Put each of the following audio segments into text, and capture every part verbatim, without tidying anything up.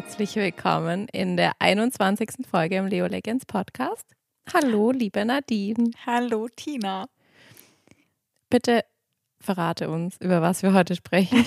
herzlich willkommen in der einundzwanzigsten Folge im Leo Legends Podcast. Hallo, liebe Nadine. Hallo, Tina. Bitte verrate uns, über was wir heute sprechen.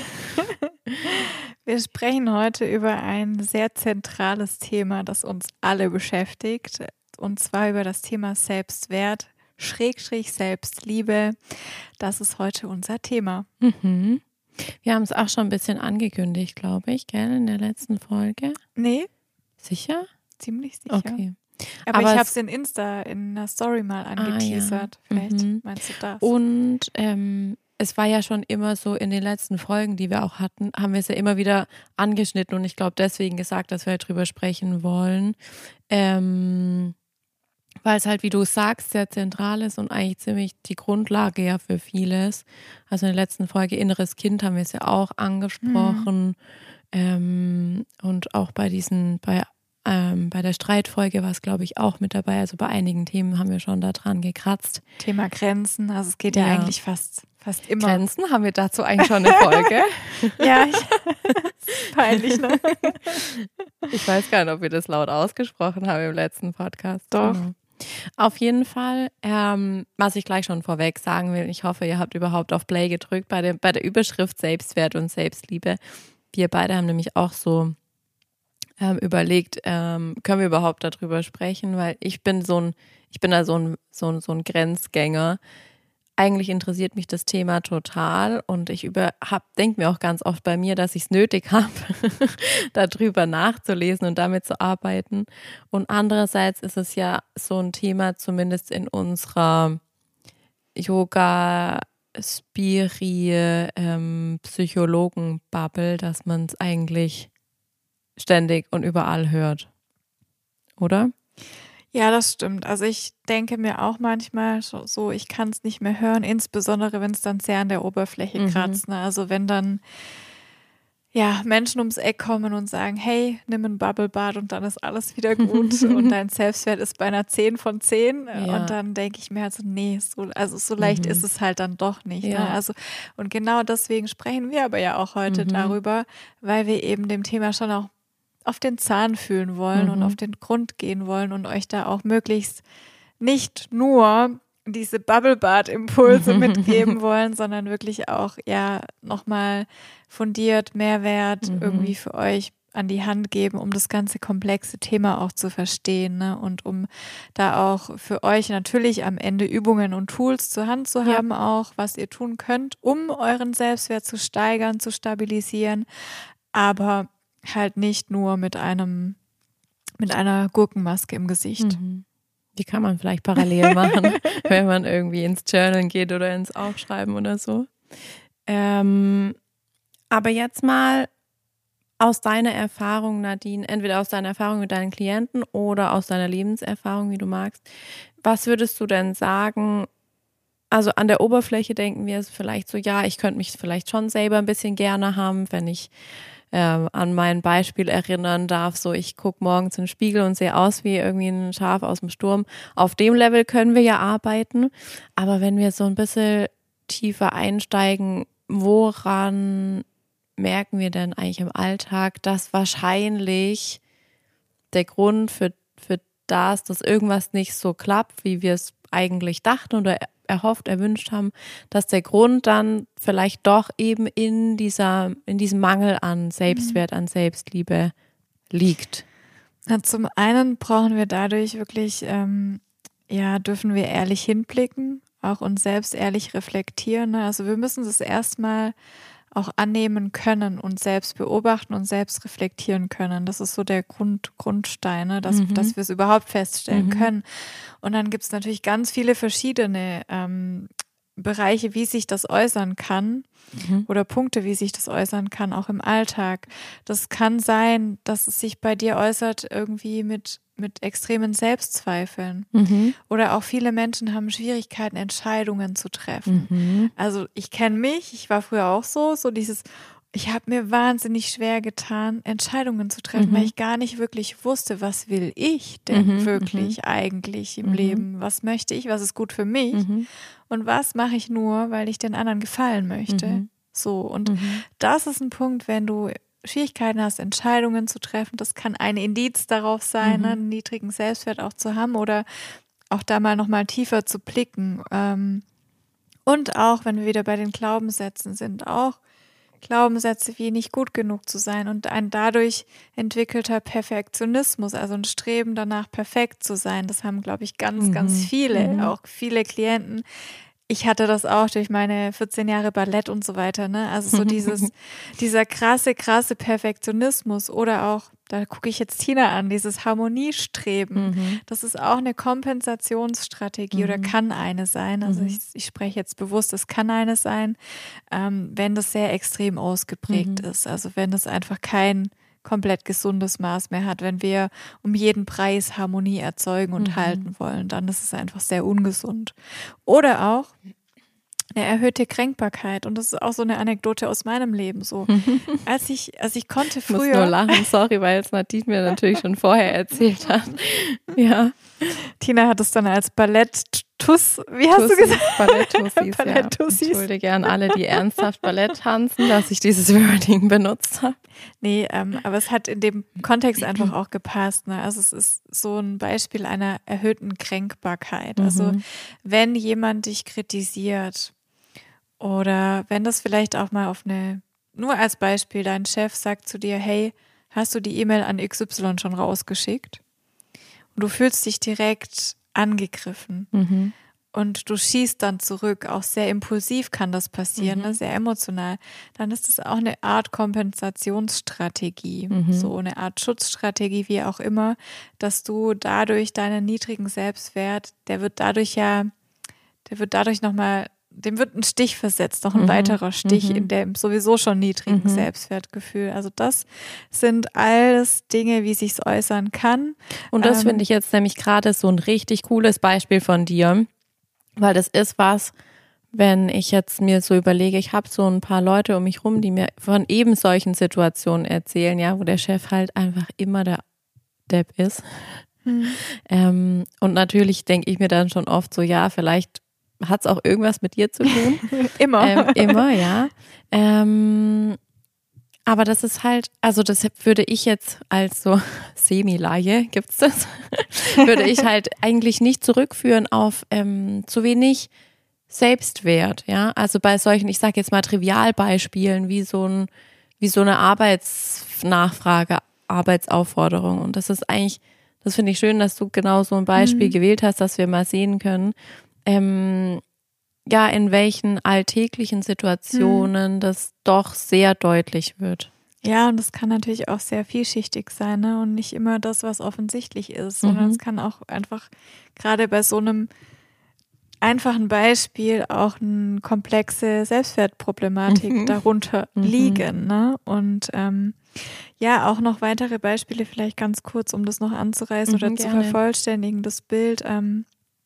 Wir sprechen heute über ein sehr zentrales Thema, das uns alle beschäftigt, und zwar über das Thema Selbstwert, Schrägstrich Selbstliebe. Das ist heute unser Thema. Mhm. Wir haben es auch schon ein bisschen angekündigt, glaube ich, gell, in der letzten Folge. Nee. Sicher? Ziemlich sicher. Okay. Aber, Aber ich habe es- es in Insta in einer Story mal angeteasert. Ah, ja. Vielleicht Mhm. meinst du das? Und ähm, es war ja schon immer so, in den letzten Folgen, die wir auch hatten, haben wir es ja immer wieder angeschnitten und ich glaube deswegen gesagt, dass wir drüber sprechen wollen. Ähm, weil es halt, wie du sagst, sehr zentral ist und eigentlich ziemlich die Grundlage ja für vieles. Also in der letzten Folge Inneres Kind haben wir es ja auch angesprochen. Ähm, und auch bei diesen, bei, ähm, bei der Streitfolge war es, glaube ich, auch mit dabei. Also bei einigen Themen haben wir schon da dran gekratzt. Thema Grenzen. Also es geht ja, Ja. eigentlich fast, fast immer. Grenzen, haben wir dazu eigentlich schon eine Folge? Ja, ich, ist peinlich, ne? Ich weiß gar nicht, ob wir das laut ausgesprochen haben im letzten Podcast. Doch. Genau. Auf jeden Fall, ähm, was ich gleich schon vorweg sagen will, ich hoffe, ihr habt überhaupt auf Play gedrückt bei der, bei der Überschrift Selbstwert und Selbstliebe. Wir beide haben nämlich auch so ähm, überlegt, ähm, können wir überhaupt darüber sprechen, weil ich bin so ein, ich bin da so ein, so ein, so ein Grenzgänger. Eigentlich interessiert mich das Thema total und ich über denke mir auch ganz oft bei mir, dass ich es nötig habe, darüber nachzulesen und damit zu arbeiten. Und andererseits ist es ja so ein Thema, zumindest in unserer Yoga, Spiri, ähm, Psychologen-Bubble, dass man es eigentlich ständig und überall hört. Oder? Ja, das stimmt. Also ich denke mir auch manchmal so, so ich kann es nicht mehr hören, insbesondere wenn es dann sehr an der Oberfläche Mhm. kratzt. Ne? Also wenn dann ja Menschen ums Eck kommen und sagen, hey, nimm ein Bubblebad und dann ist alles wieder gut und dein Selbstwert ist bei einer zehn von zehn. Ja. Und dann denke ich mir halt so, nee, so, also so leicht Mhm. ist es halt dann doch nicht. Ja. Ne? Also, und genau deswegen sprechen wir aber ja auch heute Mhm. darüber, weil wir eben dem Thema schon auch auf den Zahn fühlen wollen Mhm. und auf den Grund gehen wollen und euch da auch möglichst nicht nur diese Bubblebad-Impulse mitgeben wollen, sondern wirklich auch ja nochmal fundiert Mehrwert Mhm. irgendwie für euch an die Hand geben, um das ganze komplexe Thema auch zu verstehen, ne? Und um da auch für euch natürlich am Ende Übungen und Tools zur Hand zu Ja. haben, auch was ihr tun könnt, um euren Selbstwert zu steigern, zu stabilisieren, aber halt nicht nur mit einem, mit einer Gurkenmaske im Gesicht. Mhm. Die kann man vielleicht parallel machen, wenn man irgendwie ins Journal geht oder ins Aufschreiben oder so. Ähm, aber jetzt mal aus deiner Erfahrung, Nadine, entweder aus deiner Erfahrung mit deinen Klienten oder aus deiner Lebenserfahrung, wie du magst. Was würdest du denn sagen? Also an der Oberfläche denken wir es vielleicht so, ja, ich könnte mich vielleicht schon selber ein bisschen gerne haben, wenn ich ähm, an mein Beispiel erinnern darf, so ich gucke morgens in den Spiegel und sehe aus wie irgendwie ein Schaf aus dem Sturm. Auf dem Level können wir ja arbeiten, aber wenn wir so ein bisschen tiefer einsteigen, woran merken wir denn eigentlich im Alltag, dass wahrscheinlich der Grund für, für das, dass irgendwas nicht so klappt, wie wir es eigentlich dachten oder erhofft, erwünscht haben, dass der Grund dann vielleicht doch eben in dieser, in diesem Mangel an Selbstwert, an Selbstliebe liegt. Na, zum einen brauchen wir dadurch wirklich, ähm, ja, dürfen wir ehrlich hinblicken, auch uns selbst ehrlich reflektieren. Ne? Also wir müssen es erstmal auch annehmen können und selbst beobachten und selbst reflektieren können. Das ist so der Grund, Grundstein, ne? dass, Mhm. dass wir es überhaupt feststellen Mhm. können. Und dann gibt es natürlich ganz viele verschiedene ähm, Bereiche, wie sich das äußern kann Mhm. oder Punkte, wie sich das äußern kann, auch im Alltag. Das kann sein, dass es sich bei dir äußert irgendwie mit, mit extremen Selbstzweifeln. Mhm. Oder auch viele Menschen haben Schwierigkeiten, Entscheidungen zu treffen. Mhm. Also ich kenne mich, ich war früher auch so, so dieses, ich habe mir wahnsinnig schwer getan, Entscheidungen zu treffen, Mhm. weil ich gar nicht wirklich wusste, was will ich denn Mhm. wirklich eigentlich im Mhm. Leben? Was möchte ich? Was ist gut für mich? Mhm. Und was mache ich nur, weil ich den anderen gefallen möchte? Mhm. So, und Mhm. das ist ein Punkt, wenn du Schwierigkeiten hast, Entscheidungen zu treffen. Das kann ein Indiz darauf sein, Mhm. ne, einen niedrigen Selbstwert auch zu haben oder auch da mal nochmal tiefer zu blicken. Ähm, und auch, wenn wir wieder bei den Glaubenssätzen sind, auch Glaubenssätze wie nicht gut genug zu sein und ein dadurch entwickelter Perfektionismus, also ein Streben danach, perfekt zu sein. Das haben, glaube ich, ganz, Mhm. ganz viele, Mhm. auch viele Klienten. Ich hatte das auch durch meine vierzehn Jahre Ballett und so weiter, ne? Also so dieses, dieser krasse, krasse Perfektionismus oder auch, da gucke ich jetzt Tina an, dieses Harmoniestreben. Mhm. Das ist auch eine Kompensationsstrategie oder Mhm. kann eine sein. Also Mhm. ich, ich spreche jetzt bewusst, es kann eine sein, ähm, wenn das sehr extrem ausgeprägt Mhm. ist. Also wenn das einfach kein komplett gesundes Maß mehr hat. Wenn wir um jeden Preis Harmonie erzeugen und Mhm. halten wollen, dann ist es einfach sehr ungesund. Oder auch eine erhöhte Kränkbarkeit. Und das ist auch so eine Anekdote aus meinem Leben so. Als ich, als ich konnte Ich muss früher. nur lachen, sorry, weil es Nadine mir natürlich schon vorher erzählt hat. Ja. Tina hat es dann als Ballett-Tuss, wie hast Tussis, du gesagt? Ballett-Tussis, Ballett-Tussis. ja. Entschuldige an alle, die ernsthaft Ballett tanzen, dass ich dieses Wording benutzt habe. Nee, ähm, aber es hat in dem Kontext einfach auch gepasst. Ne? Also es ist so ein Beispiel einer erhöhten Kränkbarkeit. Also Mhm. wenn jemand dich kritisiert oder wenn das vielleicht auch mal auf eine, nur als Beispiel, dein Chef sagt zu dir, hey, hast du die E-Mail an X Y schon rausgeschickt? Und du fühlst dich direkt angegriffen. Mhm. Und du schießt dann zurück, auch sehr impulsiv kann das passieren, Mhm. ne? Sehr emotional, dann ist das auch eine Art Kompensationsstrategie, Mhm. so eine Art Schutzstrategie, wie auch immer, dass du dadurch deinen niedrigen Selbstwert, der wird dadurch ja, der wird dadurch nochmal, dem wird ein Stich versetzt, noch ein Mhm. weiterer Stich Mhm. in dem sowieso schon niedrigen Mhm. Selbstwertgefühl. Also das sind alles Dinge, wie sich's äußern kann. Und das Ähm, finde ich jetzt nämlich gerade so ein richtig cooles Beispiel von dir, weil das ist was, wenn ich jetzt mir so überlege, ich habe so ein paar Leute um mich rum, die mir von eben solchen Situationen erzählen, ja, wo der Chef halt einfach immer der Depp ist. hm. Ähm, und natürlich denke ich mir dann schon oft so, ja, vielleicht hat es auch irgendwas mit dir zu tun. Immer. Ähm, immer, ja. Ähm, aber das ist halt, also das würde ich jetzt als so Semi-Laie, gibt's das, würde ich halt eigentlich nicht zurückführen auf ähm, zu wenig Selbstwert, ja. Also bei solchen, ich sage jetzt mal Trivialbeispielen, wie so ein, wie so eine Arbeitsnachfrage, Arbeitsaufforderung. Und das ist eigentlich, das finde ich schön, dass du genau so ein Beispiel Mhm. gewählt hast, dass wir mal sehen können, ähm, ja, in welchen alltäglichen Situationen das doch sehr deutlich wird. Ja, und das kann natürlich auch sehr vielschichtig sein, ne? Und nicht immer das, was offensichtlich ist, sondern Mhm. es kann auch einfach gerade bei so einem einfachen Beispiel auch eine komplexe Selbstwertproblematik Mhm. darunter Mhm. liegen, ne? Und ähm, ja, auch noch weitere Beispiele, vielleicht ganz kurz, um das noch anzureißen Mhm, oder zu gerne. vervollständigen, das Bild. Ähm,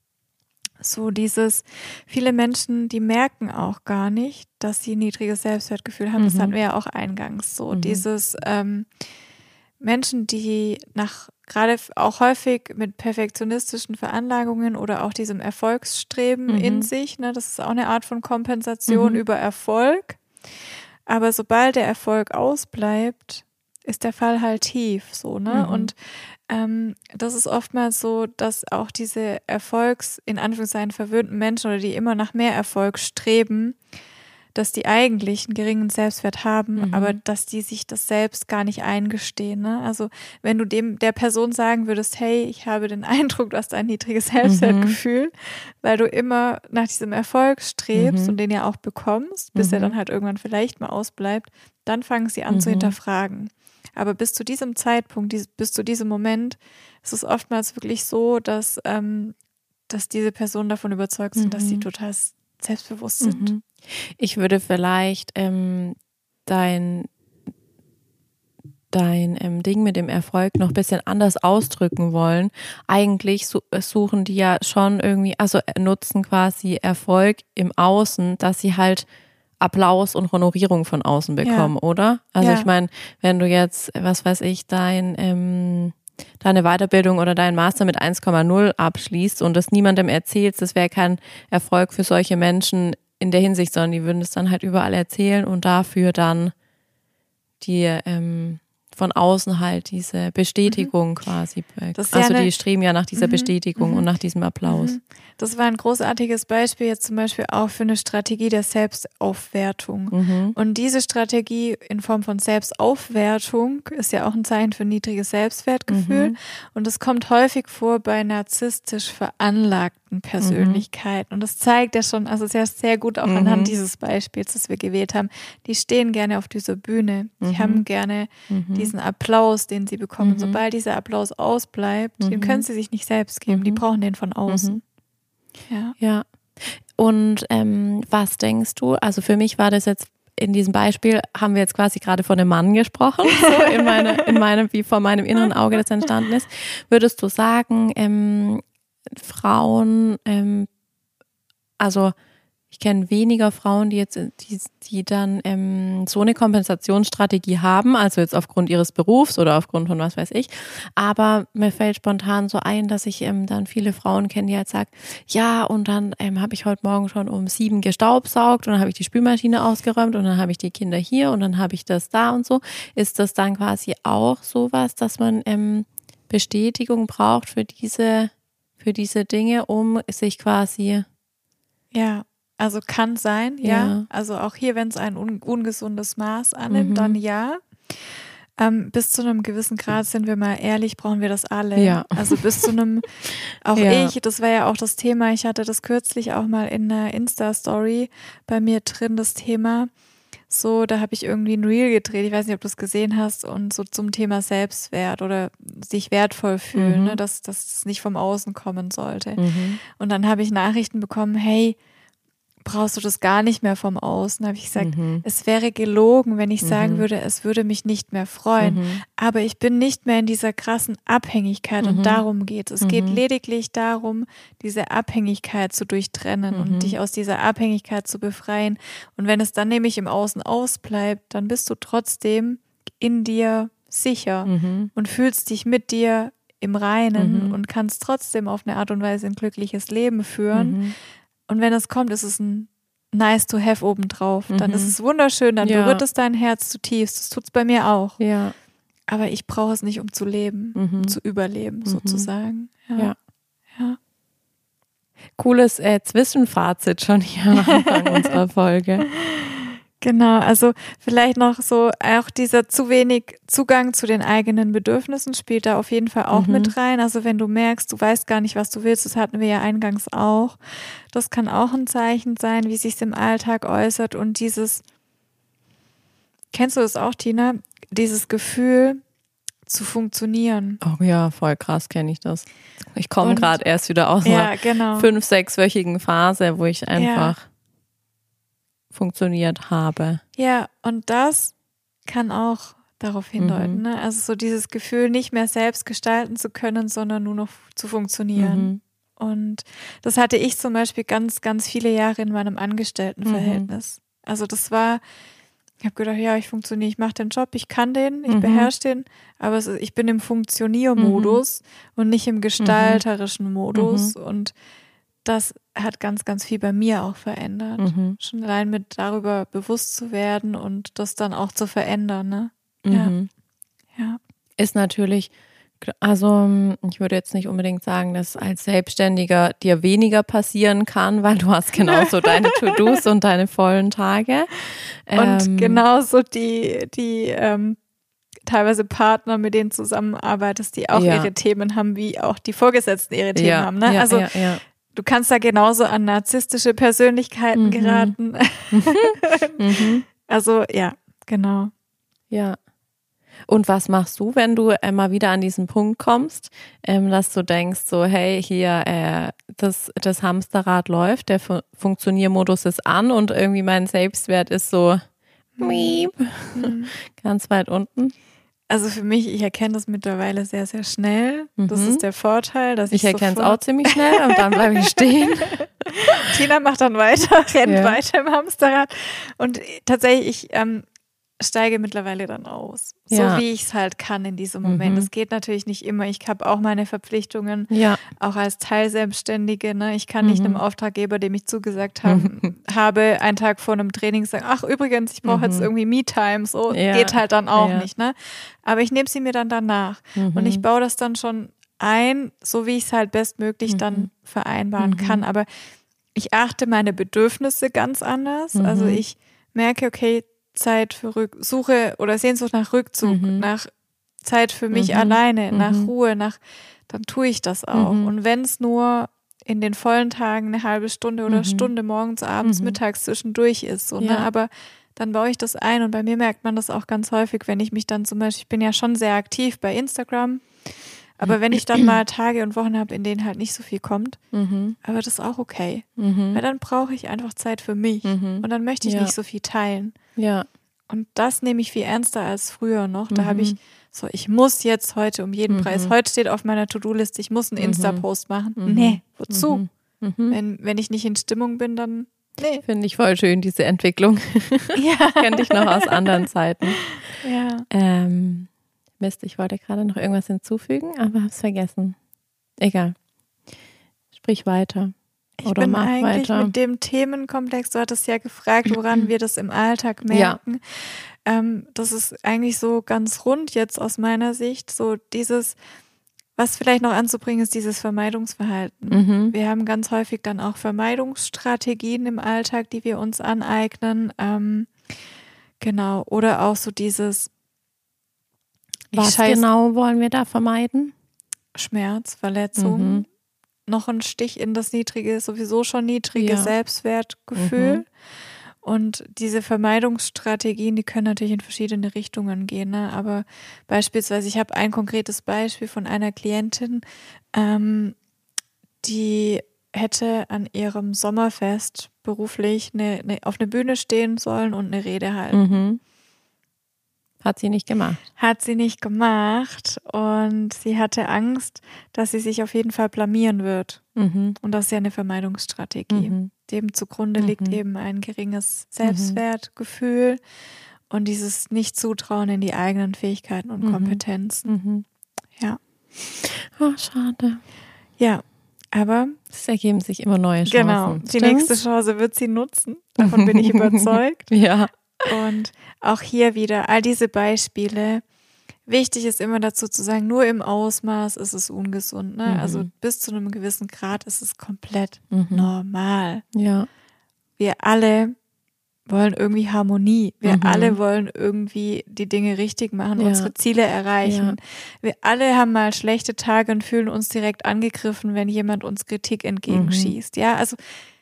so dieses, viele Menschen, die merken auch gar nicht, dass sie ein niedriges Selbstwertgefühl haben. Das Mhm. hatten wir ja auch eingangs. So Mhm. dieses ähm, Menschen, die nach gerade auch häufig mit perfektionistischen Veranlagungen oder auch diesem Erfolgsstreben Mhm. in sich, ne, das ist auch eine Art von Kompensation Mhm. über Erfolg. Aber sobald der Erfolg ausbleibt, ist der Fall halt tief, so, ne? Mhm. Und ähm, das ist oftmals so, dass auch diese Erfolgs, in Anführungszeichen verwöhnten Menschen oder die immer nach mehr Erfolg streben, dass die eigentlich einen geringen Selbstwert haben, Mhm. aber dass die sich das selbst gar nicht eingestehen. Ne? Also wenn du dem der Person sagen würdest, hey, ich habe den Eindruck, du hast ein niedriges Selbstwertgefühl, weil du immer nach diesem Erfolg strebst Mhm. und den ja auch bekommst, bis Mhm. er dann halt irgendwann vielleicht mal ausbleibt, dann fangen sie an Mhm. zu hinterfragen. Aber bis zu diesem Zeitpunkt, dies, bis zu diesem Moment, ist es oftmals wirklich so, dass, ähm, dass diese Personen davon überzeugt sind, dass sie Mhm. total selbstbewusst sind. Mhm. Ich würde vielleicht ähm, dein, dein ähm, Ding mit dem Erfolg noch ein bisschen anders ausdrücken wollen. Eigentlich su- suchen die ja schon irgendwie, also nutzen quasi Erfolg im Außen, dass sie halt Applaus und Honorierung von außen bekommen, Ja. oder? Also Ja. ich meine, wenn du jetzt, was weiß ich, dein ähm, deine Weiterbildung oder deinen Master mit eins Komma null abschließt und das niemandem erzählst, das wäre kein Erfolg für solche Menschen in der Hinsicht, sondern die würden es dann halt überall erzählen und dafür dann die ähm, von außen halt diese Bestätigung mhm. quasi. Das also ja die streben ja nach dieser mhm. Bestätigung mhm. und nach diesem Applaus. Mhm. Das war ein großartiges Beispiel jetzt zum Beispiel auch für eine Strategie der Selbstaufwertung. Mhm. Und diese Strategie in Form von Selbstaufwertung ist ja auch ein Zeichen für niedriges Selbstwertgefühl. Mhm. Und es kommt häufig vor bei narzisstisch veranlagten Persönlichkeiten. Mhm. Und das zeigt ja schon, also sehr, sehr gut auch mhm. anhand dieses Beispiels, das wir gewählt haben. Die stehen gerne auf dieser Bühne. Die mhm. haben gerne mhm. diesen Applaus, den sie bekommen. Mhm. Sobald dieser Applaus ausbleibt, mhm. den können sie sich nicht selbst geben. Mhm. Die brauchen den von außen. Mhm. Ja. ja. Und ähm, was denkst du? Also für mich war das jetzt in diesem Beispiel, haben wir jetzt quasi gerade von einem Mann gesprochen, so in, meine, in meinem, wie vor meinem inneren Auge das entstanden ist. Würdest du sagen, ähm, Frauen, ähm, also ich kenne weniger Frauen, die jetzt, die, die dann ähm, so eine Kompensationsstrategie haben, also jetzt aufgrund ihres Berufs oder aufgrund von was weiß ich. Aber mir fällt spontan so ein, dass ich ähm, dann viele Frauen kenne, die halt sagen, ja, und dann ähm, habe ich heute Morgen schon um sieben gestaubsaugt und dann habe ich die Spülmaschine ausgeräumt und dann habe ich die Kinder hier und dann habe ich das da und so. Ist das dann quasi auch sowas, dass man ähm, Bestätigung braucht für diese, für diese Dinge, um sich quasi... Ja. Also kann sein, ja. ja. Also auch hier, wenn es ein un- ungesundes Maß annimmt, mhm. dann ja. Ähm, bis zu einem gewissen Grad, sind wir mal ehrlich, brauchen wir das alle. Ja. Also bis zu einem, auch ja. ich, das war ja auch das Thema, ich hatte das kürzlich auch mal in einer Insta-Story bei mir drin, das Thema. So, da habe ich irgendwie ein Reel gedreht, ich weiß nicht, ob du es gesehen hast, und so zum Thema Selbstwert oder sich wertvoll fühlen, mhm. ne, dass das nicht vom Außen kommen sollte. Mhm. Und dann habe ich Nachrichten bekommen, hey, brauchst du das gar nicht mehr vom Außen? Habe ich gesagt, mhm. es wäre gelogen, wenn ich mhm. sagen würde, es würde mich nicht mehr freuen. Mhm. Aber ich bin nicht mehr in dieser krassen Abhängigkeit mhm. und darum geht es. Es mhm. geht lediglich darum, diese Abhängigkeit zu durchtrennen mhm. und dich aus dieser Abhängigkeit zu befreien. Und wenn es dann nämlich im Außen ausbleibt, dann bist du trotzdem in dir sicher mhm. und fühlst dich mit dir im Reinen mhm. und kannst trotzdem auf eine Art und Weise ein glückliches Leben führen. Mhm. Und wenn es kommt, ist es ein nice to have obendrauf. Mhm. Dann ist es wunderschön, dann ja. berührt es dein Herz zutiefst. Das tut es bei mir auch. Ja. Aber ich brauche es nicht, um zu leben, mhm. um zu überleben, mhm. sozusagen. Ja. ja. ja. Cooles äh, Zwischenfazit schon hier am Anfang unserer Folge. Genau, also vielleicht noch so, auch dieser zu wenig Zugang zu den eigenen Bedürfnissen spielt da auf jeden Fall auch mhm. mit rein. Also wenn du merkst, du weißt gar nicht, was du willst, das hatten wir ja eingangs auch. Das kann auch ein Zeichen sein, wie sich es im Alltag äußert. Und dieses, kennst du das auch, Tina? Dieses Gefühl zu funktionieren. Oh ja, voll krass kenne ich das. Ich komme gerade erst wieder aus ja, einer genau. fünf-, sechswöchigen Phase, wo ich einfach... Ja. funktioniert habe. Ja, und das kann auch darauf hindeuten. Mhm. Ne? Also so dieses Gefühl, nicht mehr selbst gestalten zu können, sondern nur noch zu funktionieren. Mhm. Und das hatte ich zum Beispiel ganz, ganz viele Jahre in meinem Angestelltenverhältnis. Mhm. Also das war, ich habe gedacht, ja, ich funktioniere, ich mache den Job, ich kann den, ich mhm. beherrsche den, aber es ist, ich bin im Funktioniermodus mhm. und nicht im gestalterischen mhm. Modus. Und das hat ganz, ganz viel bei mir auch verändert. Mhm. Schon allein mit darüber bewusst zu werden und das dann auch zu verändern. Ne? Mhm. Ja. ja. Ist natürlich, also ich würde jetzt nicht unbedingt sagen, dass als Selbstständiger dir weniger passieren kann, weil du hast genauso deine To-Dos und deine vollen Tage. Und ähm, genauso die, die ähm, teilweise Partner, mit denen du zusammenarbeitest, die auch ja. ihre Themen haben, wie auch die Vorgesetzten ihre Themen ja. haben. Ne? Ja, also ja, ja. du kannst da genauso an narzisstische Persönlichkeiten mhm. geraten. mhm. Also ja, genau. Ja. Und was machst du, wenn du äh, mal wieder an diesen Punkt kommst, ähm, dass du denkst, so hey, hier, äh, das, das Hamsterrad läuft, der Fu- Funktioniermodus ist an und irgendwie mein Selbstwert ist so miep, mhm. ganz weit unten? Also für mich, ich erkenne das mittlerweile sehr, sehr schnell. Das mhm. ist der Vorteil, dass ich Ich erkenne es auch ziemlich schnell und dann bleibe ich stehen. Tina macht dann weiter, rennt ja. weiter im Hamsterrad. Und tatsächlich, ich ähm, steige mittlerweile dann aus. Ja. So wie ich es halt kann in diesem Moment. Es Mhm. geht natürlich nicht immer. Ich habe auch meine Verpflichtungen, Ja. auch als Teilselbstständige. Ne? Ich kann nicht Mhm. einem Auftraggeber, dem ich zugesagt haben, habe, einen Tag vor einem Training sagen, ach übrigens, ich brauche Mhm. jetzt irgendwie Me-Time. So Ja. geht halt dann auch Ja. nicht. Ne? Aber ich nehme sie mir dann danach. Mhm. Und ich baue das dann schon ein, so wie ich es halt bestmöglich Mhm. dann vereinbaren Mhm. kann. Aber ich achte meine Bedürfnisse ganz anders. Mhm. Also ich merke, okay, Zeit für Rück Suche oder Sehnsucht nach Rückzug, Mhm. nach Zeit für mich Mhm. alleine, Mhm. nach Ruhe, nach, dann tue ich das auch. Mhm. Und wenn es nur in den vollen Tagen eine halbe Stunde oder Mhm. Stunde morgens, abends, Mhm. mittags zwischendurch ist, so, Ja. ne? Aber dann baue ich das ein und bei mir merkt man das auch ganz häufig, wenn ich mich dann zum Beispiel, ich bin ja schon sehr aktiv bei Instagram, aber wenn ich dann mal Tage und Wochen habe, in denen halt nicht so viel kommt, Mhm. aber das ist auch okay. Mhm. Weil dann brauche ich einfach Zeit für mich Mhm. und dann möchte ich Ja. nicht so viel teilen. Ja. Und das nehme ich viel ernster als früher noch. Da Mhm. habe ich so, ich muss jetzt heute um jeden Mhm. Preis, heute steht auf meiner To-Do-Liste, ich muss einen Mhm. Insta-Post machen. Mhm. Nee, wozu? Mhm. Mhm. Wenn, wenn ich nicht in Stimmung bin, dann nee. Finde ich voll schön, diese Entwicklung. Ja. Kennt ich noch aus anderen Zeiten. Ja. Ähm, Mist, ich wollte gerade noch irgendwas hinzufügen, aber hab's vergessen. Egal. Sprich weiter. Ich Oder bin mach eigentlich weiter. mit dem Themenkomplex, du hattest ja gefragt, woran wir das im Alltag merken. Ähm, das ist eigentlich so ganz rund jetzt aus meiner Sicht. So dieses, was vielleicht noch anzubringen ist, dieses Vermeidungsverhalten. Mhm. Wir haben ganz häufig dann auch Vermeidungsstrategien im Alltag, die wir uns aneignen. Ähm, genau. Oder auch so dieses ich Was scheiß genau wollen wir da vermeiden? Schmerz, Verletzung. Mhm. Noch ein Stich in das niedrige, sowieso schon niedrige Ja. Selbstwertgefühl. Mhm. Und diese Vermeidungsstrategien, die können natürlich in verschiedene Richtungen gehen. Ne? Aber beispielsweise, ich habe ein konkretes Beispiel von einer Klientin, ähm, die hätte an ihrem Sommerfest beruflich eine, eine, auf eine Bühne stehen sollen und eine Rede halten. Mhm. Hat sie nicht gemacht. Hat sie nicht gemacht und sie hatte Angst, dass sie sich auf jeden Fall blamieren wird. Mhm. Und das ist ja eine Vermeidungsstrategie. Mhm. Dem zugrunde Mhm. liegt eben ein geringes Selbstwertgefühl und dieses Nicht-Zutrauen in die eigenen Fähigkeiten und Mhm. Kompetenzen. Mhm. Ja. Oh, schade. Ja, aber Es ergeben sich immer neue Chancen. genau, die Stimmt's? nächste Chance wird sie nutzen. Davon bin ich überzeugt. Ja. Und auch hier wieder all diese Beispiele. Wichtig ist immer dazu zu sagen, nur im Ausmaß ist es ungesund. Ne? Mhm. Also bis zu einem gewissen Grad ist es komplett Mhm. normal. Ja. Wir alle wollen irgendwie Harmonie. Wir Mhm. alle wollen irgendwie die Dinge richtig machen, Ja. unsere Ziele erreichen. Ja. Wir alle haben mal schlechte Tage und fühlen uns direkt angegriffen, wenn jemand uns Kritik entgegenschießt. Ja, also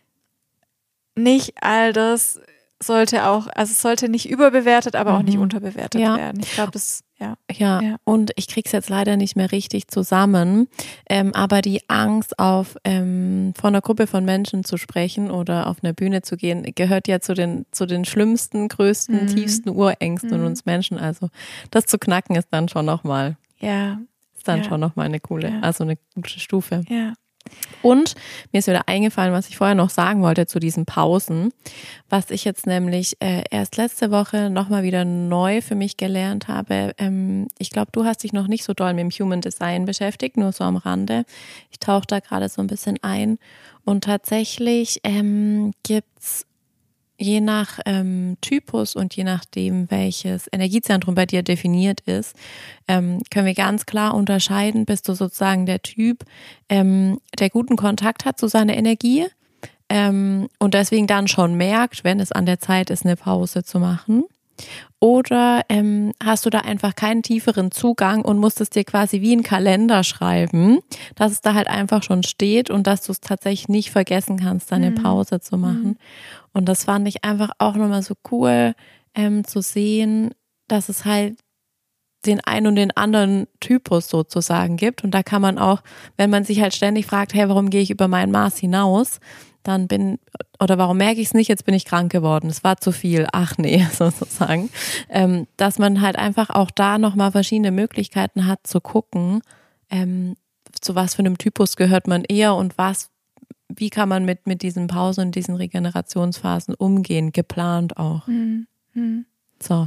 nicht all das sollte auch, also es sollte nicht überbewertet, aber auch Mhm. nicht unterbewertet Ja. werden. Ich glaube, das, ja. Ja, Ja. und ich krieg's jetzt leider nicht mehr richtig zusammen, ähm, aber die Angst, auf ähm, vor einer Gruppe von Menschen zu sprechen oder auf einer Bühne zu gehen, gehört ja zu den zu den schlimmsten, größten, Mhm. tiefsten Urängsten in Mhm. uns Menschen. Also das zu knacken ist dann schon nochmal, Ja, ist dann Ja. schon nochmal eine coole, Ja. also eine gute Stufe. ja. Und mir ist wieder eingefallen, was ich vorher noch sagen wollte zu diesen Pausen, was ich jetzt nämlich äh, erst letzte Woche nochmal wieder neu für mich gelernt habe. Ähm, ich glaube, du hast dich noch nicht so doll mit dem Human Design beschäftigt, nur so am Rande. Ich tauche da gerade so ein bisschen ein. Und tatsächlich ähm, gibt's je nach ähm, Typus und je nachdem, welches Energiezentrum bei dir definiert ist, ähm, können wir ganz klar unterscheiden, bist du sozusagen der Typ, ähm, der guten Kontakt hat zu seiner Energie ähm, und deswegen dann schon merkt, wenn es an der Zeit ist, eine Pause zu machen. Oder ähm, hast du da einfach keinen tieferen Zugang und musst es dir quasi wie ein Kalender schreiben, dass es da halt einfach schon steht und dass du es tatsächlich nicht vergessen kannst, deine Mhm. Pause zu machen. Mhm. Und das fand ich einfach auch nochmal so cool ähm, zu sehen, dass es halt den einen und den anderen Typus sozusagen gibt. Und da kann man auch, wenn man sich halt ständig fragt, hey, warum gehe ich über mein Maß hinaus, dann bin, oder warum merke ich es nicht, jetzt bin ich krank geworden, es war zu viel, ach nee, sozusagen. Ähm, dass man halt einfach auch da nochmal verschiedene Möglichkeiten hat zu gucken, ähm, zu was für einem Typus gehört man eher und was, wie kann man mit, mit diesen Pausen und diesen Regenerationsphasen umgehen, geplant auch. Mhm. Mhm. So.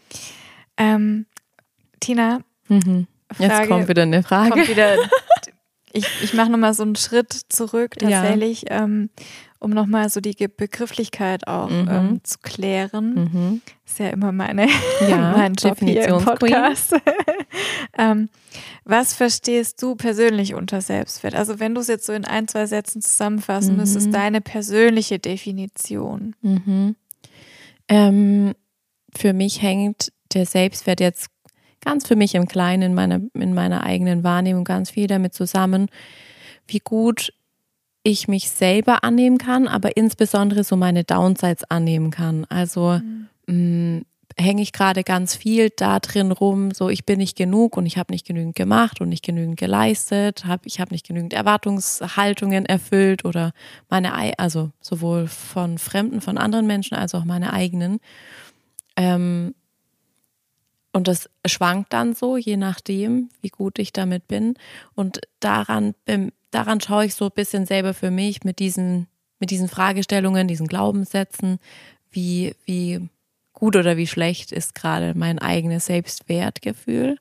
Ähm, Tina, Mhm. Jetzt Frage, kommt wieder eine Frage. kommt wieder, ich ich mache nochmal so einen Schritt zurück tatsächlich, ja. ähm, um nochmal so die Begrifflichkeit auch Mhm. ähm, zu klären. Mhm. Ist ja immer meine, Ja, mein Job hier im Definitionsqueen. Podcast. ähm, was verstehst du persönlich unter Selbstwert? Also wenn du es jetzt so in ein, zwei Sätzen zusammenfassen Mhm. müsstest, deine persönliche Definition. Mhm. Ähm, für mich hängt der Selbstwert jetzt ganz für mich im Kleinen, in meiner, in meiner eigenen Wahrnehmung ganz viel damit zusammen, wie gut ich mich selber annehmen kann, aber insbesondere so meine Downsides annehmen kann. Also mhm. hänge ich gerade ganz viel da drin rum, so ich bin nicht genug und ich habe nicht genügend gemacht und nicht genügend geleistet, hab, ich habe nicht genügend Erwartungshaltungen erfüllt oder meine, also sowohl von Fremden, von anderen Menschen als auch meine eigenen. Ähm, Und das schwankt dann so, je nachdem, wie gut ich damit bin. Und daran, daran schaue ich so ein bisschen selber für mich mit diesen, mit diesen Fragestellungen, diesen Glaubenssätzen, wie, wie gut oder wie schlecht ist gerade mein eigenes Selbstwertgefühl.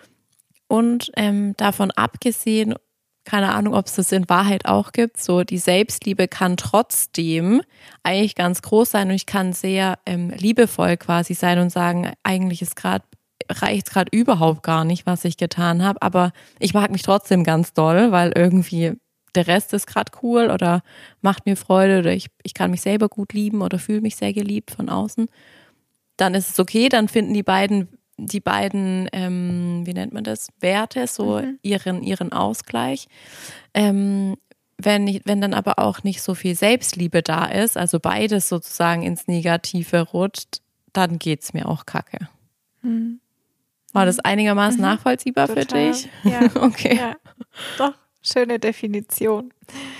Und ähm, davon abgesehen, keine Ahnung, ob es das in Wahrheit auch gibt, so die Selbstliebe kann trotzdem eigentlich ganz groß sein und ich kann sehr ähm, liebevoll quasi sein und sagen, eigentlich ist gerade reicht gerade überhaupt gar nicht, was ich getan habe, aber ich mag mich trotzdem ganz doll, weil irgendwie der Rest ist gerade cool oder macht mir Freude oder ich, ich kann mich selber gut lieben oder fühle mich sehr geliebt von außen. Dann ist es okay, dann finden die beiden, die beiden, ähm, wie nennt man das, Werte so mhm. ihren, ihren Ausgleich. Ähm, wenn, ich, wenn dann aber auch nicht so viel Selbstliebe da ist, also beides sozusagen ins Negative rutscht, dann geht's mir auch kacke. Mhm. War das einigermaßen mhm. nachvollziehbar Total. Für dich? Ja, okay. Ja. Doch, schöne Definition.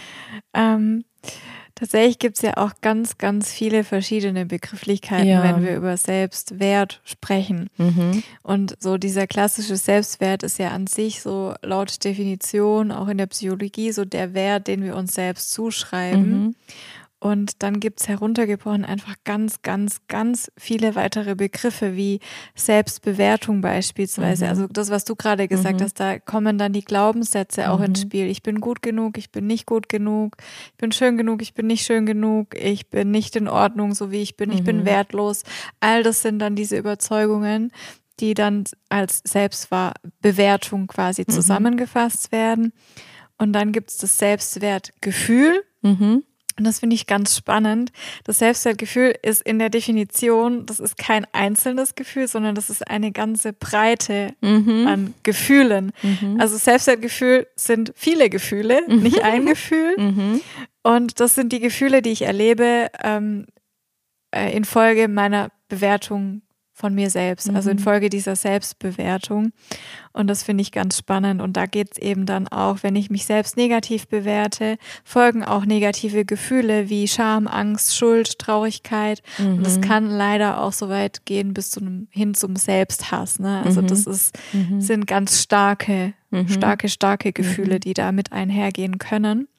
Ähm, tatsächlich gibt es ja auch ganz, ganz viele verschiedene Begrifflichkeiten, ja. wenn wir über Selbstwert sprechen. Mhm. Und so dieser klassische Selbstwert ist ja an sich so laut Definition, auch in der Psychologie, so der Wert, den wir uns selbst zuschreiben. Mhm. Und dann gibt es heruntergebrochen einfach ganz, ganz, ganz viele weitere Begriffe wie Selbstbewertung beispielsweise. Mhm. Also das, was du gerade gesagt mhm. hast, da kommen dann die Glaubenssätze mhm. auch ins Spiel. Ich bin gut genug, ich bin nicht gut genug, ich bin schön genug, ich bin nicht schön genug, ich bin nicht in Ordnung, so wie ich bin, mhm. ich bin wertlos. All das sind dann diese Überzeugungen, die dann als Selbstbewertung quasi mhm. zusammengefasst werden. Und dann gibt es das Selbstwertgefühl. Mhm. Und das finde ich ganz spannend. Das Selbstwertgefühl ist in der Definition, das ist kein einzelnes Gefühl, sondern das ist eine ganze Breite mhm. an Gefühlen. Mhm. Also Selbstwertgefühl sind viele Gefühle, mhm. nicht ein Gefühl. Mhm. Und das sind die Gefühle, die ich erlebe ähm, äh, infolge meiner Bewertung von mir selbst, also infolge dieser Selbstbewertung. Und das finde ich ganz spannend. Und da geht es eben dann auch, wenn ich mich selbst negativ bewerte, folgen auch negative Gefühle wie Scham, Angst, Schuld, Traurigkeit. Mhm. Und das kann leider auch so weit gehen bis zu einem, hin zum Selbsthass. Ne? Also mhm. das ist, mhm. sind ganz starke, mhm. starke, starke Gefühle, mhm. die damit einhergehen können.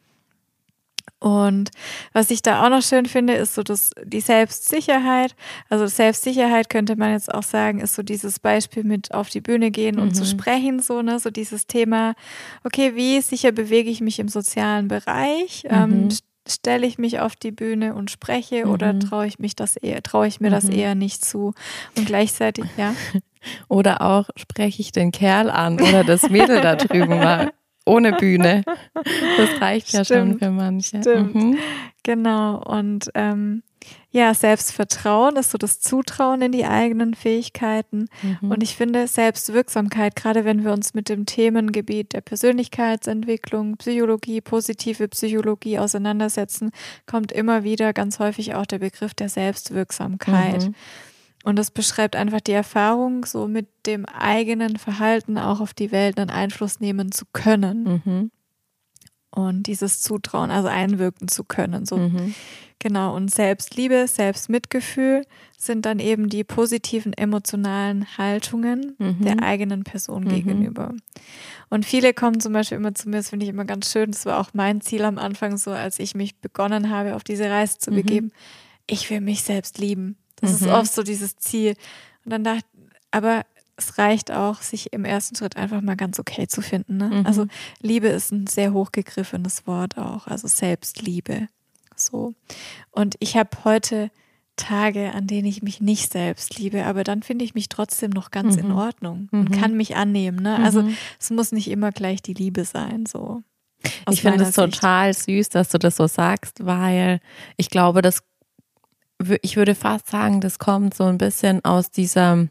Und was ich da auch noch schön finde, ist so das, die Selbstsicherheit. Also Selbstsicherheit könnte man jetzt auch sagen, ist so dieses Beispiel mit auf die Bühne gehen und mhm. zu sprechen, so, ne, so dieses Thema, okay, wie sicher bewege ich mich im sozialen Bereich? Mhm. Ähm, stelle ich mich auf die Bühne und spreche mhm. oder traue ich mich das eher, traue ich mir mhm. das eher nicht zu? Und gleichzeitig, ja. Oder auch, spreche ich den Kerl an oder das Mädel da drüben mal. Ohne Bühne. Das reicht Stimmt. ja schon für manche. Stimmt. Mhm. Genau. Und ähm, ja, Selbstvertrauen ist so das Zutrauen in die eigenen Fähigkeiten. Mhm. Und ich finde Selbstwirksamkeit, gerade wenn wir uns mit dem Themengebiet der Persönlichkeitsentwicklung, Psychologie, positive Psychologie auseinandersetzen, kommt immer wieder ganz häufig auch der Begriff der Selbstwirksamkeit. Mhm. Und das beschreibt einfach die Erfahrung, so mit dem eigenen Verhalten auch auf die Welt einen Einfluss nehmen zu können. Mhm. Und dieses Zutrauen, also einwirken zu können. So. Mhm. Genau. Und Selbstliebe, Selbstmitgefühl sind dann eben die positiven emotionalen Haltungen mhm. der eigenen Person mhm. gegenüber. Und viele kommen zum Beispiel immer zu mir, das finde ich immer ganz schön, das war auch mein Ziel am Anfang so, als ich mich begonnen habe, auf diese Reise zu mhm. begeben. Ich will mich selbst lieben. Das mhm. ist oft so dieses Ziel. Und dann dachte aber es reicht auch, sich im ersten Schritt einfach mal ganz okay zu finden. Ne? Mhm. Also Liebe ist ein sehr hochgegriffenes Wort auch, also Selbstliebe. So. Und ich habe heute Tage, an denen ich mich nicht selbst liebe, aber dann finde ich mich trotzdem noch ganz mhm. in Ordnung und mhm. kann mich annehmen. Ne? Also mhm. es muss nicht immer gleich die Liebe sein. So. Ich finde es total süß, dass du das so sagst, weil ich glaube, dass ich würde fast sagen, das kommt so ein bisschen aus dieser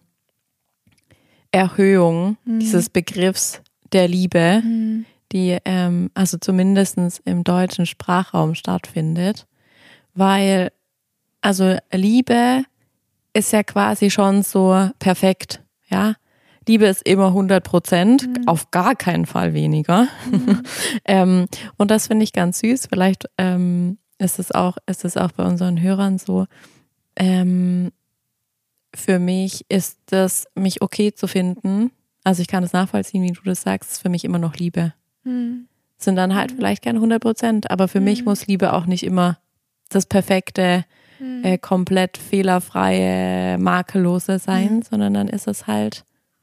Erhöhung mhm. dieses Begriffs der Liebe, mhm. die ähm, also zumindest im deutschen Sprachraum stattfindet, weil also Liebe ist ja quasi schon so perfekt, ja. Liebe ist immer hundert Prozent, mhm. auf gar keinen Fall weniger. Mhm. ähm, und das finde ich ganz süß. Vielleicht ähm, ist es auch, ist es auch bei unseren Hörern so. Ähm, für mich ist das, mich okay zu finden. Also ich kann das nachvollziehen, wie du das sagst, ist für mich immer noch Liebe. Mhm. Sind dann halt mhm. vielleicht keine hundert Prozent, aber für mhm. mich muss Liebe auch nicht immer das perfekte, mhm. äh, komplett fehlerfreie, makellose sein, mhm. sondern dann ist es halt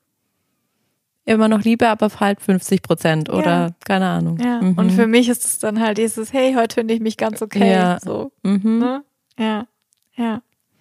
immer noch Liebe, aber halt fünfzig Prozent oder ja. keine Ahnung. Ja. Mhm. Und für mich ist es dann halt dieses, hey, heute finde ich mich ganz okay. Ja. So. Mhm. Ne? Ja, ja.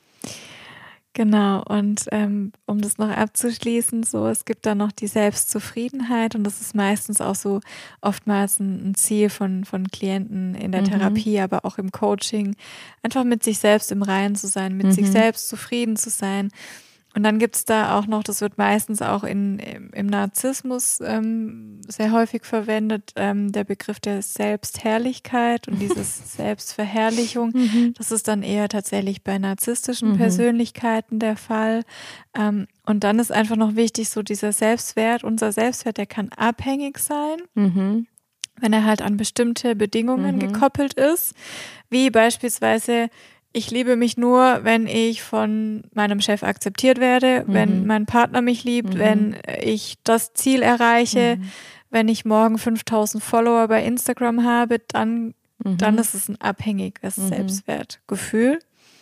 Genau, und ähm, um das noch abzuschließen, so, es gibt dann noch die Selbstzufriedenheit und das ist meistens auch so oftmals ein, ein Ziel von, von Klienten in der mhm. Therapie, aber auch im Coaching, einfach mit sich selbst im Reinen zu sein, mit mhm. sich selbst zufrieden zu sein. Und dann gibt es da auch noch, das wird meistens auch in, im, im Narzissmus ähm, sehr häufig verwendet, ähm, der Begriff der Selbstherrlichkeit und dieses Selbstverherrlichung. Mhm. Das ist dann eher tatsächlich bei narzisstischen mhm. Persönlichkeiten der Fall. Ähm, und dann ist einfach noch wichtig, so dieser Selbstwert, unser Selbstwert, der kann abhängig sein. Mhm. Wenn er halt an bestimmte Bedingungen mhm. gekoppelt ist, wie beispielsweise ich liebe mich nur, wenn ich von meinem Chef akzeptiert werde, mhm. wenn mein Partner mich liebt, mhm. wenn ich das Ziel erreiche, mhm. wenn ich morgen fünftausend Follower bei Instagram habe, dann, mhm. dann ist es ein abhängiges mhm. Selbstwertgefühl.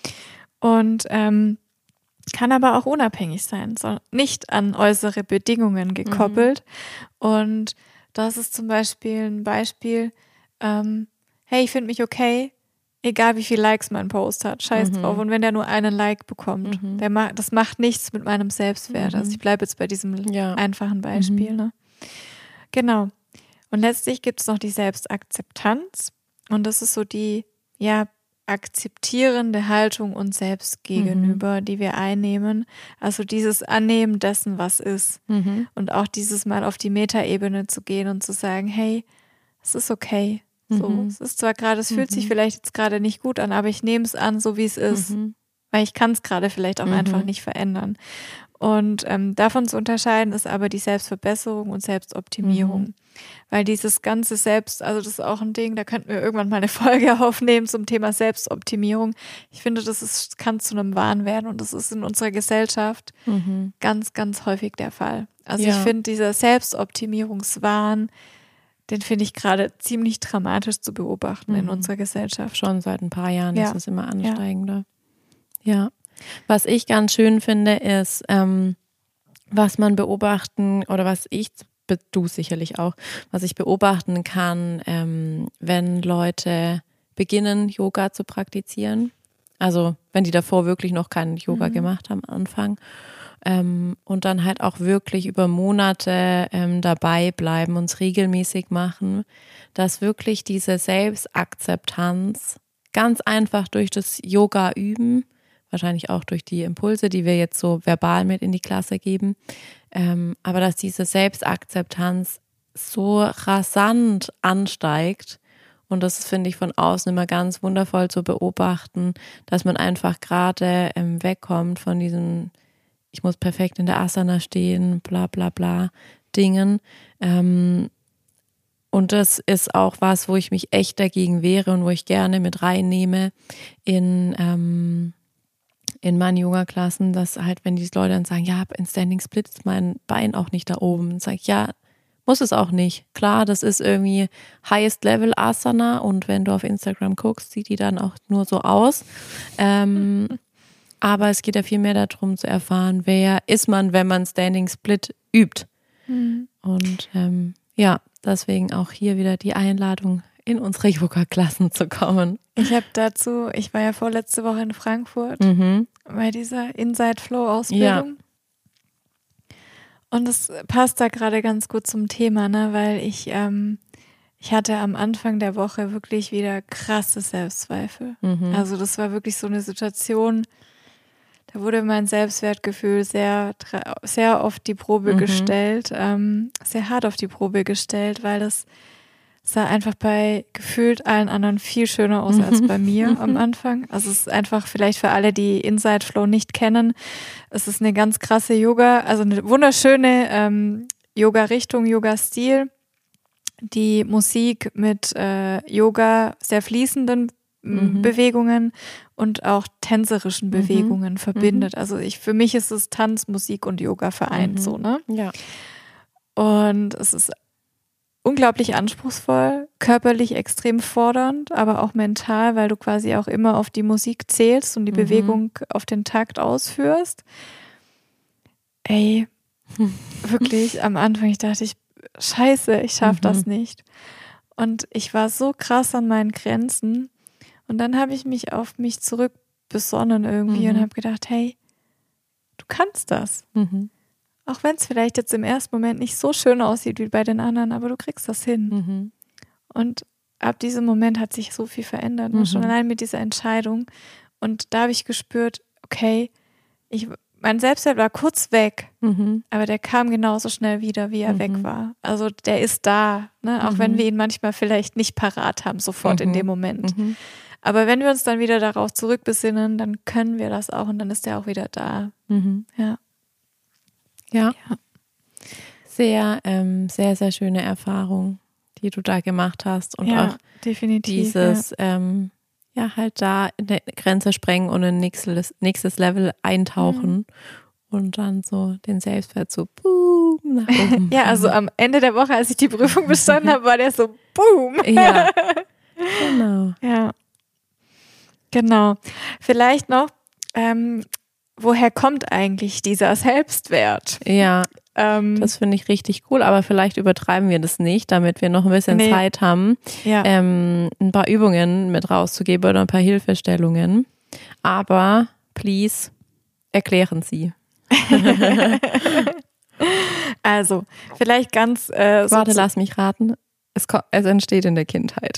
Und ähm, kann aber auch unabhängig sein, so nicht an äußere Bedingungen gekoppelt. Mhm. Und das ist zum Beispiel ein Beispiel, ähm, hey, ich finde mich okay, egal wie viele Likes mein Post hat, scheiß mhm. drauf. Und wenn der nur einen Like bekommt, mhm. der ma- das macht nichts mit meinem Selbstwert. Mhm. Also ich bleibe jetzt bei diesem ja. einfachen Beispiel. Mhm. Ne? Genau. Und letztlich gibt es noch die Selbstakzeptanz. Und das ist so die, ja, akzeptierende Haltung uns selbst gegenüber, mhm. die wir einnehmen. Also dieses Annehmen dessen, was ist. Mhm. Und auch dieses Mal auf die Metaebene zu gehen und zu sagen, hey, es ist okay. So, mhm. es ist zwar gerade, es fühlt mhm. sich vielleicht jetzt gerade nicht gut an, aber ich nehme es an, so wie es ist, mhm. weil ich kann es gerade vielleicht auch mhm. einfach nicht verändern. Und ähm, davon zu unterscheiden ist aber die Selbstverbesserung und Selbstoptimierung, mhm. weil dieses ganze Selbst, also das ist auch ein Ding, da könnten wir irgendwann mal eine Folge aufnehmen zum Thema Selbstoptimierung. Ich finde, das ist, kann zu einem Wahn werden und das ist in unserer Gesellschaft mhm. ganz, ganz häufig der Fall. Also ja. ich finde, dieser Selbstoptimierungswahn, den finde ich gerade ziemlich dramatisch zu beobachten mhm. in unserer Gesellschaft. Schon seit ein paar Jahren ja. ist es immer ansteigender. Ja. ja. Was ich ganz schön finde, ist, ähm, was man beobachten, oder was ich, du sicherlich auch, was ich beobachten kann, ähm, wenn Leute beginnen, Yoga zu praktizieren. Also wenn die davor wirklich noch keinen Yoga mhm. gemacht haben am Anfang. Ähm, und dann halt auch wirklich über Monate ähm, dabei bleiben, uns regelmäßig machen, dass wirklich diese Selbstakzeptanz ganz einfach durch das Yoga üben, wahrscheinlich auch durch die Impulse, die wir jetzt so verbal mit in die Klasse geben, ähm, aber dass diese Selbstakzeptanz so rasant ansteigt. Und das finde ich von außen immer ganz wundervoll zu beobachten, dass man einfach gerade ähm, wegkommt von diesem ich muss perfekt in der Asana stehen, bla bla bla Dingen. Ähm, und das ist auch was, wo ich mich echt dagegen wehre und wo ich gerne mit reinnehme in, ähm, in meinen Yoga-Klassen, dass halt, wenn die Leute dann sagen, ja, in Standing Split ist mein Bein auch nicht da oben, dann sage ich, ja, muss es auch nicht. Klar, das ist irgendwie Highest Level Asana und wenn du auf Instagram guckst, sieht die dann auch nur so aus. Ähm, Aber es geht ja viel mehr darum zu erfahren, wer ist man, wenn man Standing Split übt. Mhm. Und ähm, ja, deswegen auch hier wieder die Einladung, in unsere Yoga-Klassen zu kommen. Ich habe dazu, ich war ja vorletzte Woche in Frankfurt mhm. bei dieser Inside-Flow-Ausbildung. Ja. Und es passt da gerade ganz gut zum Thema, ne? Weil ich, ähm, ich hatte am Anfang der Woche wirklich wieder krasse Selbstzweifel. Mhm. Also das war wirklich so eine Situation, da wurde mein Selbstwertgefühl sehr, sehr auf die Probe mhm. gestellt, ähm, sehr hart auf die Probe gestellt, weil das sah einfach bei gefühlt allen anderen viel schöner aus als bei mir am Anfang. Also es ist einfach vielleicht für alle, die Inside Flow nicht kennen, es ist eine ganz krasse Yoga, also eine wunderschöne ähm, Yoga-Richtung, Yoga-Stil, die Musik mit äh, Yoga, sehr fließenden mhm. Bewegungen und auch tänzerischen Bewegungen mhm. verbindet. Also ich, für mich ist es Tanz, Musik und Yoga vereint, mhm. so, ne? Ja. Und es ist unglaublich anspruchsvoll, körperlich extrem fordernd, aber auch mental, weil du quasi auch immer auf die Musik zählst und die mhm. Bewegung auf den Takt ausführst. Ey, wirklich, am Anfang, ich dachte, ich, scheiße, ich schaff mhm. das nicht. Und ich war so krass an meinen Grenzen. Und dann habe ich mich auf mich zurück besonnen irgendwie mhm. und habe gedacht, hey, du kannst das. Mhm. Auch wenn es vielleicht jetzt im ersten Moment nicht so schön aussieht wie bei den anderen, aber du kriegst das hin. Mhm. Und ab diesem Moment hat sich so viel verändert, mhm. schon allein mit dieser Entscheidung. Und da habe ich gespürt, okay, ich, mein Selbstwert war kurz weg, mhm. aber der kam genauso schnell wieder, wie er mhm. weg war. Also der ist da, ne? Auch mhm. wenn wir ihn manchmal vielleicht nicht parat haben, sofort mhm. in dem Moment. Mhm. Aber wenn wir uns dann wieder darauf zurückbesinnen, dann können wir das auch und dann ist der auch wieder da. Mhm. Ja. Ja. ja. Sehr, ähm, sehr, sehr schöne Erfahrung, die du da gemacht hast. Und ja, auch definitiv, dieses, ja. Ähm, ja, halt da eine Grenze sprengen und ein nächstes, nächstes Level eintauchen mhm. und dann so den Selbstwert so boom nach oben. Ja, also am Ende der Woche, als ich die Prüfung bestanden habe, war der so boom. Ja, genau. Ja, genau. Vielleicht noch, ähm, woher kommt eigentlich dieser Selbstwert? Ja, ähm, das finde ich richtig cool, aber vielleicht übertreiben wir das nicht, damit wir noch ein bisschen nee. Zeit haben, ja. ähm, ein paar Übungen mit rauszugeben oder ein paar Hilfestellungen. Aber please, erklären Sie. Also, vielleicht ganz... Äh, Warte, so lass mich raten. Es, es entsteht in der Kindheit.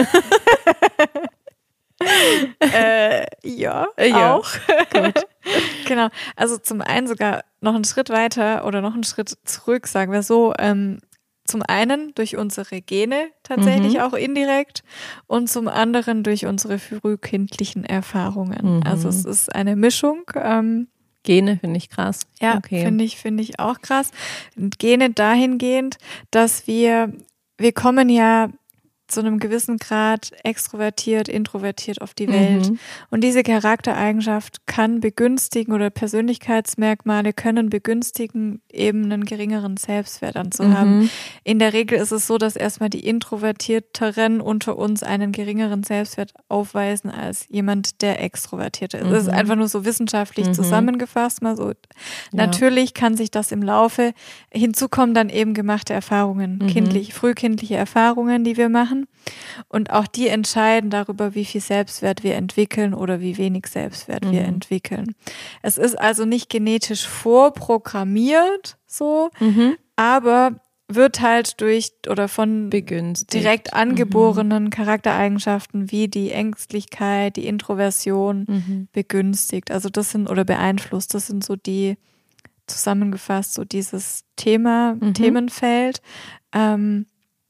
äh, ja, ja, auch. Gut. Genau. Also zum einen sogar noch einen Schritt weiter oder noch einen Schritt zurück, sagen wir so. Ähm, zum einen durch unsere Gene tatsächlich mhm. auch indirekt und zum anderen durch unsere frühkindlichen Erfahrungen. Mhm. Also es ist eine Mischung. Ähm, Gene finde ich krass. Ja, okay. finde ich, finde ich auch krass. Und Gene dahingehend, dass wir, wir kommen ja zu einem gewissen Grad extrovertiert, introvertiert auf die Welt. Mhm. Und diese Charaktereigenschaft kann begünstigen oder Persönlichkeitsmerkmale können begünstigen, eben einen geringeren Selbstwert anzuhaben. Mhm. In der Regel ist es so, dass erstmal die Introvertierteren unter uns einen geringeren Selbstwert aufweisen als jemand, der extrovertiert ist. Mhm. Es ist einfach nur so wissenschaftlich mhm. zusammengefasst. Mal so. Ja. Natürlich kann sich das im Laufe, hinzu kommen dann eben gemachte Erfahrungen, mhm. kindlich, frühkindliche Erfahrungen, die wir machen. Und auch die entscheiden darüber, wie viel Selbstwert wir entwickeln oder wie wenig Selbstwert mhm. wir entwickeln. Es ist also nicht genetisch vorprogrammiert so, mhm. aber wird halt durch oder von begünstigt. Direkt angeborenen mhm. Charaktereigenschaften wie die Ängstlichkeit, die Introversion mhm. begünstigt. Also das sind oder beeinflusst. Das sind so die zusammengefasst so dieses Thema, mhm. Themenfeld. Ähm,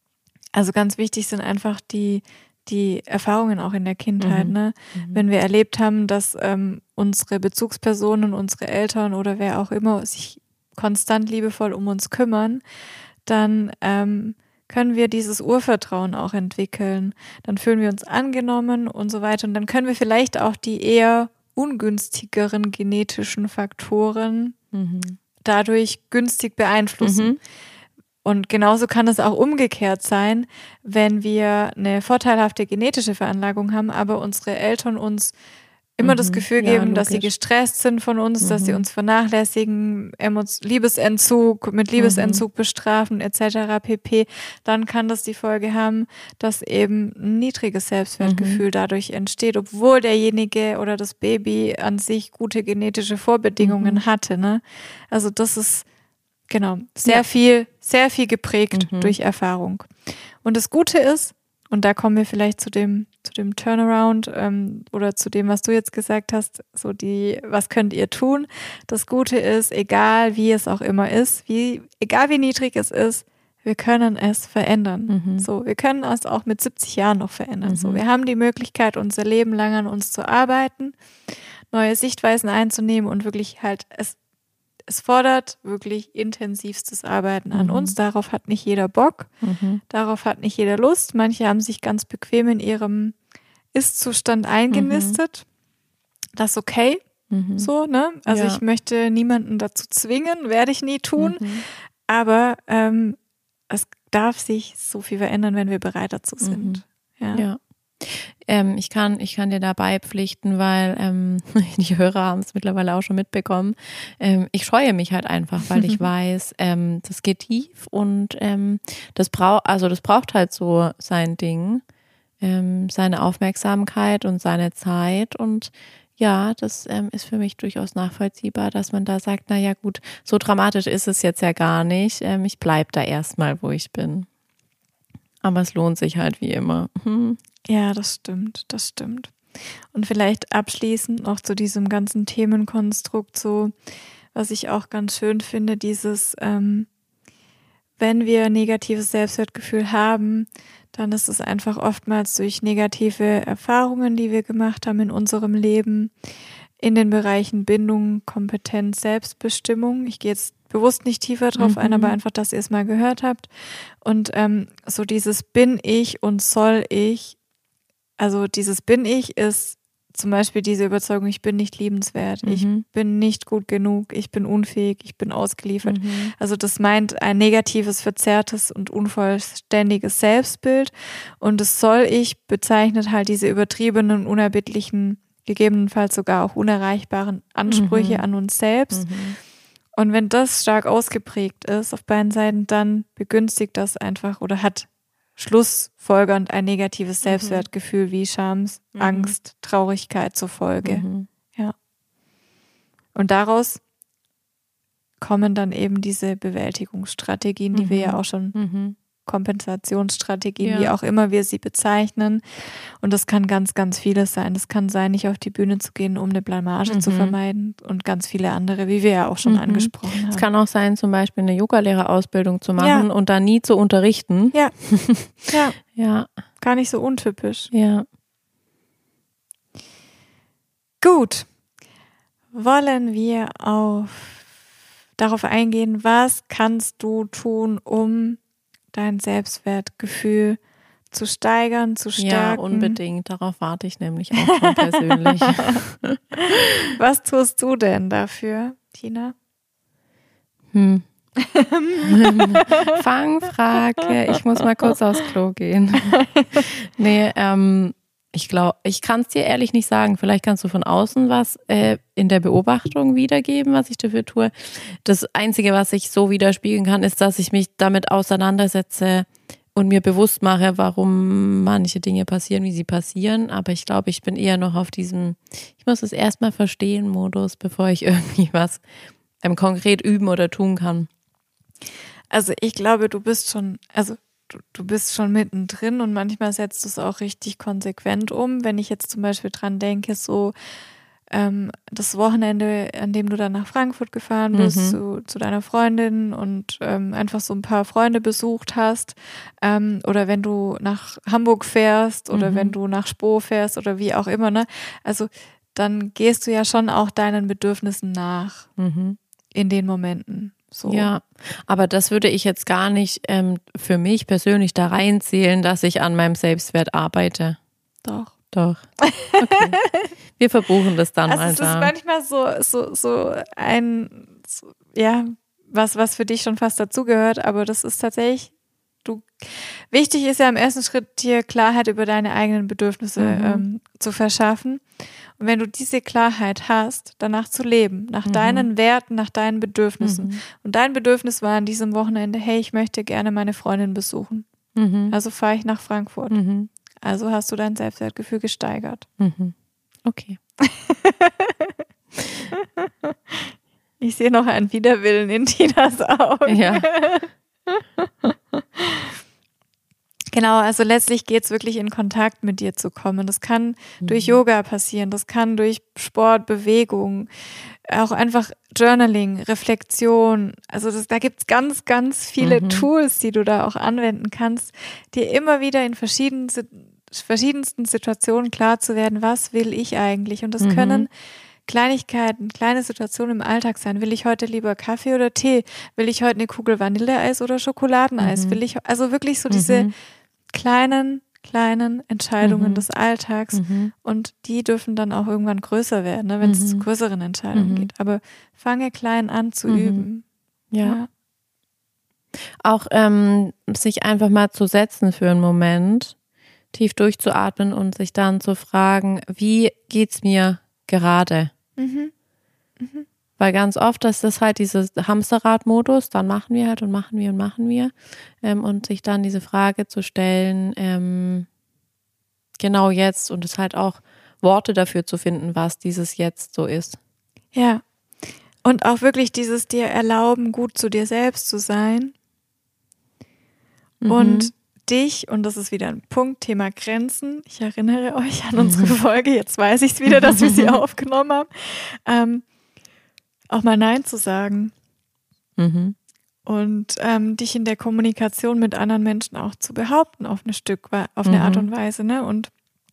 Also ganz wichtig sind einfach die, die Erfahrungen auch in der Kindheit, mhm. ne? Mhm. Wenn wir erlebt haben, dass ähm, unsere Bezugspersonen, unsere Eltern oder wer auch immer sich konstant liebevoll um uns kümmern, dann ähm, können wir dieses Urvertrauen auch entwickeln. Dann fühlen wir uns angenommen und so weiter. Und dann können wir vielleicht auch die eher ungünstigeren genetischen Faktoren mhm. dadurch günstig beeinflussen. Mhm. Und genauso kann es auch umgekehrt sein, wenn wir eine vorteilhafte genetische Veranlagung haben, aber unsere Eltern uns immer Mhm. das Gefühl Ja, geben, dass sie logisch. gestresst sind von uns, dass sie Mhm. uns vernachlässigen, Emo- Liebesentzug, mit Liebesentzug bestrafen et cetera pp., dann kann das die Folge haben, dass eben ein niedriges Selbstwertgefühl dadurch entsteht, obwohl derjenige oder das Baby an sich gute genetische Vorbedingungen Mhm. hatte. Ne? Also das ist genau sehr Ja. viel, sehr viel geprägt Mhm. durch Erfahrung. Und das Gute ist, und da kommen wir vielleicht zu dem, zu dem Turnaround ähm, oder zu dem, was du jetzt gesagt hast, so die, was könnt ihr tun? Das Gute ist, egal wie es auch immer ist, wie, egal wie niedrig es ist, wir können es verändern. Mhm. So, wir können es auch mit siebzig Jahren noch verändern. Mhm. So, wir haben die Möglichkeit, unser Leben lang an uns zu arbeiten, neue Sichtweisen einzunehmen und wirklich halt es Es fordert wirklich intensivstes Arbeiten an Mhm. uns. Darauf hat nicht jeder Bock. Mhm. Darauf hat nicht jeder Lust. Manche haben sich ganz bequem in ihrem Ist-Zustand eingenistet. Das ist okay. Mhm. So, ne? Also Ja. ich möchte niemanden dazu zwingen, werde ich nie tun. Mhm. Aber ähm, es darf sich so viel verändern, wenn wir bereit dazu sind. Ja. Ja. Ähm, ich kann, ich kann dir dabei pflichten, weil ähm, die Hörer haben es mittlerweile auch schon mitbekommen. Ähm, ich scheue mich halt einfach, weil ich weiß, ähm, das geht tief und ähm, das braucht, also das braucht halt so sein Ding, ähm, seine Aufmerksamkeit und seine Zeit und ja, das ähm, ist für mich durchaus nachvollziehbar, dass man da sagt, na ja gut, so dramatisch ist es jetzt ja gar nicht. Ähm, ich bleib da erstmal, wo ich bin. Aber es lohnt sich halt wie immer. Hm. Ja, das stimmt, das stimmt. Und vielleicht abschließend noch zu diesem ganzen Themenkonstrukt so, was ich auch ganz schön finde, dieses, ähm, wenn wir negatives Selbstwertgefühl haben, dann ist es einfach oftmals durch negative Erfahrungen, die wir gemacht haben in unserem Leben, in den Bereichen Bindung, Kompetenz, Selbstbestimmung. Ich gehe jetzt bewusst nicht tiefer drauf Mhm. ein, aber einfach, dass ihr es mal gehört habt. Und ähm, so dieses bin ich und soll ich, also dieses bin ich ist zum Beispiel diese Überzeugung, ich bin nicht liebenswert, Mhm. ich bin nicht gut genug, ich bin unfähig, ich bin ausgeliefert. Mhm. Also das meint ein negatives, verzerrtes und unvollständiges Selbstbild. Und das soll ich bezeichnet halt diese übertriebenen, unerbittlichen, gegebenenfalls sogar auch unerreichbaren Ansprüche Mhm. an uns selbst. Mhm. Und wenn das stark ausgeprägt ist auf beiden Seiten, dann begünstigt das einfach oder hat schlussfolgernd ein negatives Selbstwertgefühl wie Scham, Mhm. Angst, Traurigkeit zur Folge. Mhm. Ja. Und daraus kommen dann eben diese Bewältigungsstrategien, die wir ja auch schon, Mhm. Kompensationsstrategien, Ja. wie auch immer wir sie bezeichnen. Und das kann ganz, ganz vieles sein. Das kann sein, nicht auf die Bühne zu gehen, um eine Blamage Mhm. zu vermeiden und ganz viele andere, wie wir ja auch schon Mhm. angesprochen haben. Es kann auch sein, zum Beispiel eine Yogalehrerausbildung zu machen und da nie zu unterrichten. Ja. Ja, Ja, gar nicht so untypisch. ja. Gut. Wollen wir auf, darauf eingehen, was kannst du tun, um dein Selbstwertgefühl zu steigern, zu stärken? Ja, unbedingt. Darauf warte ich nämlich auch schon persönlich. Was tust du denn dafür, Tina? Hm. Fangfrage. Ich muss mal kurz aufs Klo gehen. Nee, ähm, ich glaube, ich kann es dir ehrlich nicht sagen. Vielleicht kannst du von außen was äh, in der Beobachtung wiedergeben, was ich dafür tue. Das Einzige, was ich so widerspiegeln kann, ist, dass ich mich damit auseinandersetze und mir bewusst mache, warum manche Dinge passieren, wie sie passieren. Aber ich glaube, ich bin eher noch auf diesem, ich muss es erstmal verstehen Modus, bevor ich irgendwie was ähm, konkret üben oder tun kann. Also ich glaube, du bist schon, also du, du bist schon mittendrin und manchmal setzt du es auch richtig konsequent um. Wenn ich jetzt zum Beispiel dran denke, so ähm, das Wochenende, an dem du dann nach Frankfurt gefahren bist, Mhm. zu, zu deiner Freundin und ähm, einfach so ein paar Freunde besucht hast, ähm, oder wenn du nach Hamburg fährst oder Mhm. wenn du nach Spo fährst oder wie auch immer, ne? Also dann gehst du ja schon auch deinen Bedürfnissen nach Mhm. in den Momenten. So. Ja, aber das würde ich jetzt gar nicht ähm, für mich persönlich da reinzählen, dass ich an meinem Selbstwert arbeite. Doch. Doch. Okay. Wir verbuchen das dann Also mal es ist da. manchmal so, so, so ein, so, ja, was, was für dich schon fast dazugehört, aber das ist tatsächlich, du, wichtig ist ja im ersten Schritt dir Klarheit über deine eigenen Bedürfnisse Mhm. ähm, zu verschaffen. Und wenn du diese Klarheit hast, danach zu leben, nach Mhm. deinen Werten, nach deinen Bedürfnissen. Mhm. Und dein Bedürfnis war an diesem Wochenende, hey, ich möchte gerne meine Freundin besuchen. Mhm. Also fahre ich nach Frankfurt. Mhm. Also hast du dein Selbstwertgefühl gesteigert. Mhm. Okay. Ich sehe noch einen Widerwillen in Tinas Augen. Ja. Genau, also letztlich geht es wirklich in Kontakt mit dir zu kommen. Das kann Mhm. durch Yoga passieren, das kann durch Sport, Bewegung, auch einfach Journaling, Reflexion. Also das, da gibt es ganz, ganz viele Mhm. Tools, die du da auch anwenden kannst, dir immer wieder in verschiedenen, verschiedensten Situationen klar zu werden, was will ich eigentlich? Und das Mhm. können Kleinigkeiten, kleine Situationen im Alltag sein. Will ich heute lieber Kaffee oder Tee? Will ich heute eine Kugel Vanilleeis oder Schokoladeneis? Mhm. Will ich, also wirklich so diese Mhm. kleinen, kleinen Entscheidungen Mhm. des Alltags, Mhm. und die dürfen dann auch irgendwann größer werden, ne, wenn es Mhm. zu größeren Entscheidungen Mhm. geht. Aber fange klein an zu Mhm. üben. Ja. Auch ähm, sich einfach mal zu setzen für einen Moment, tief durchzuatmen und sich dann zu fragen, wie geht's mir gerade? Mhm. Weil ganz oft ist das halt dieses Hamsterrad-Modus, dann machen wir halt und machen wir und machen wir. Ähm, und sich dann diese Frage zu stellen, ähm, genau jetzt, und es halt auch Worte dafür zu finden, was dieses Jetzt so ist. Ja. Und auch wirklich dieses dir erlauben, gut zu dir selbst zu sein. Mhm. Und dich, und das ist wieder ein Punkt, Thema Grenzen. Ich erinnere euch an unsere Folge, jetzt weiß ich es wieder, dass wir sie aufgenommen haben. Ähm, auch mal Nein zu sagen. Mhm. Und ähm, dich in der Kommunikation mit anderen Menschen auch zu behaupten auf eine Stück, auf eine Mhm. Art und Weise, ne? Und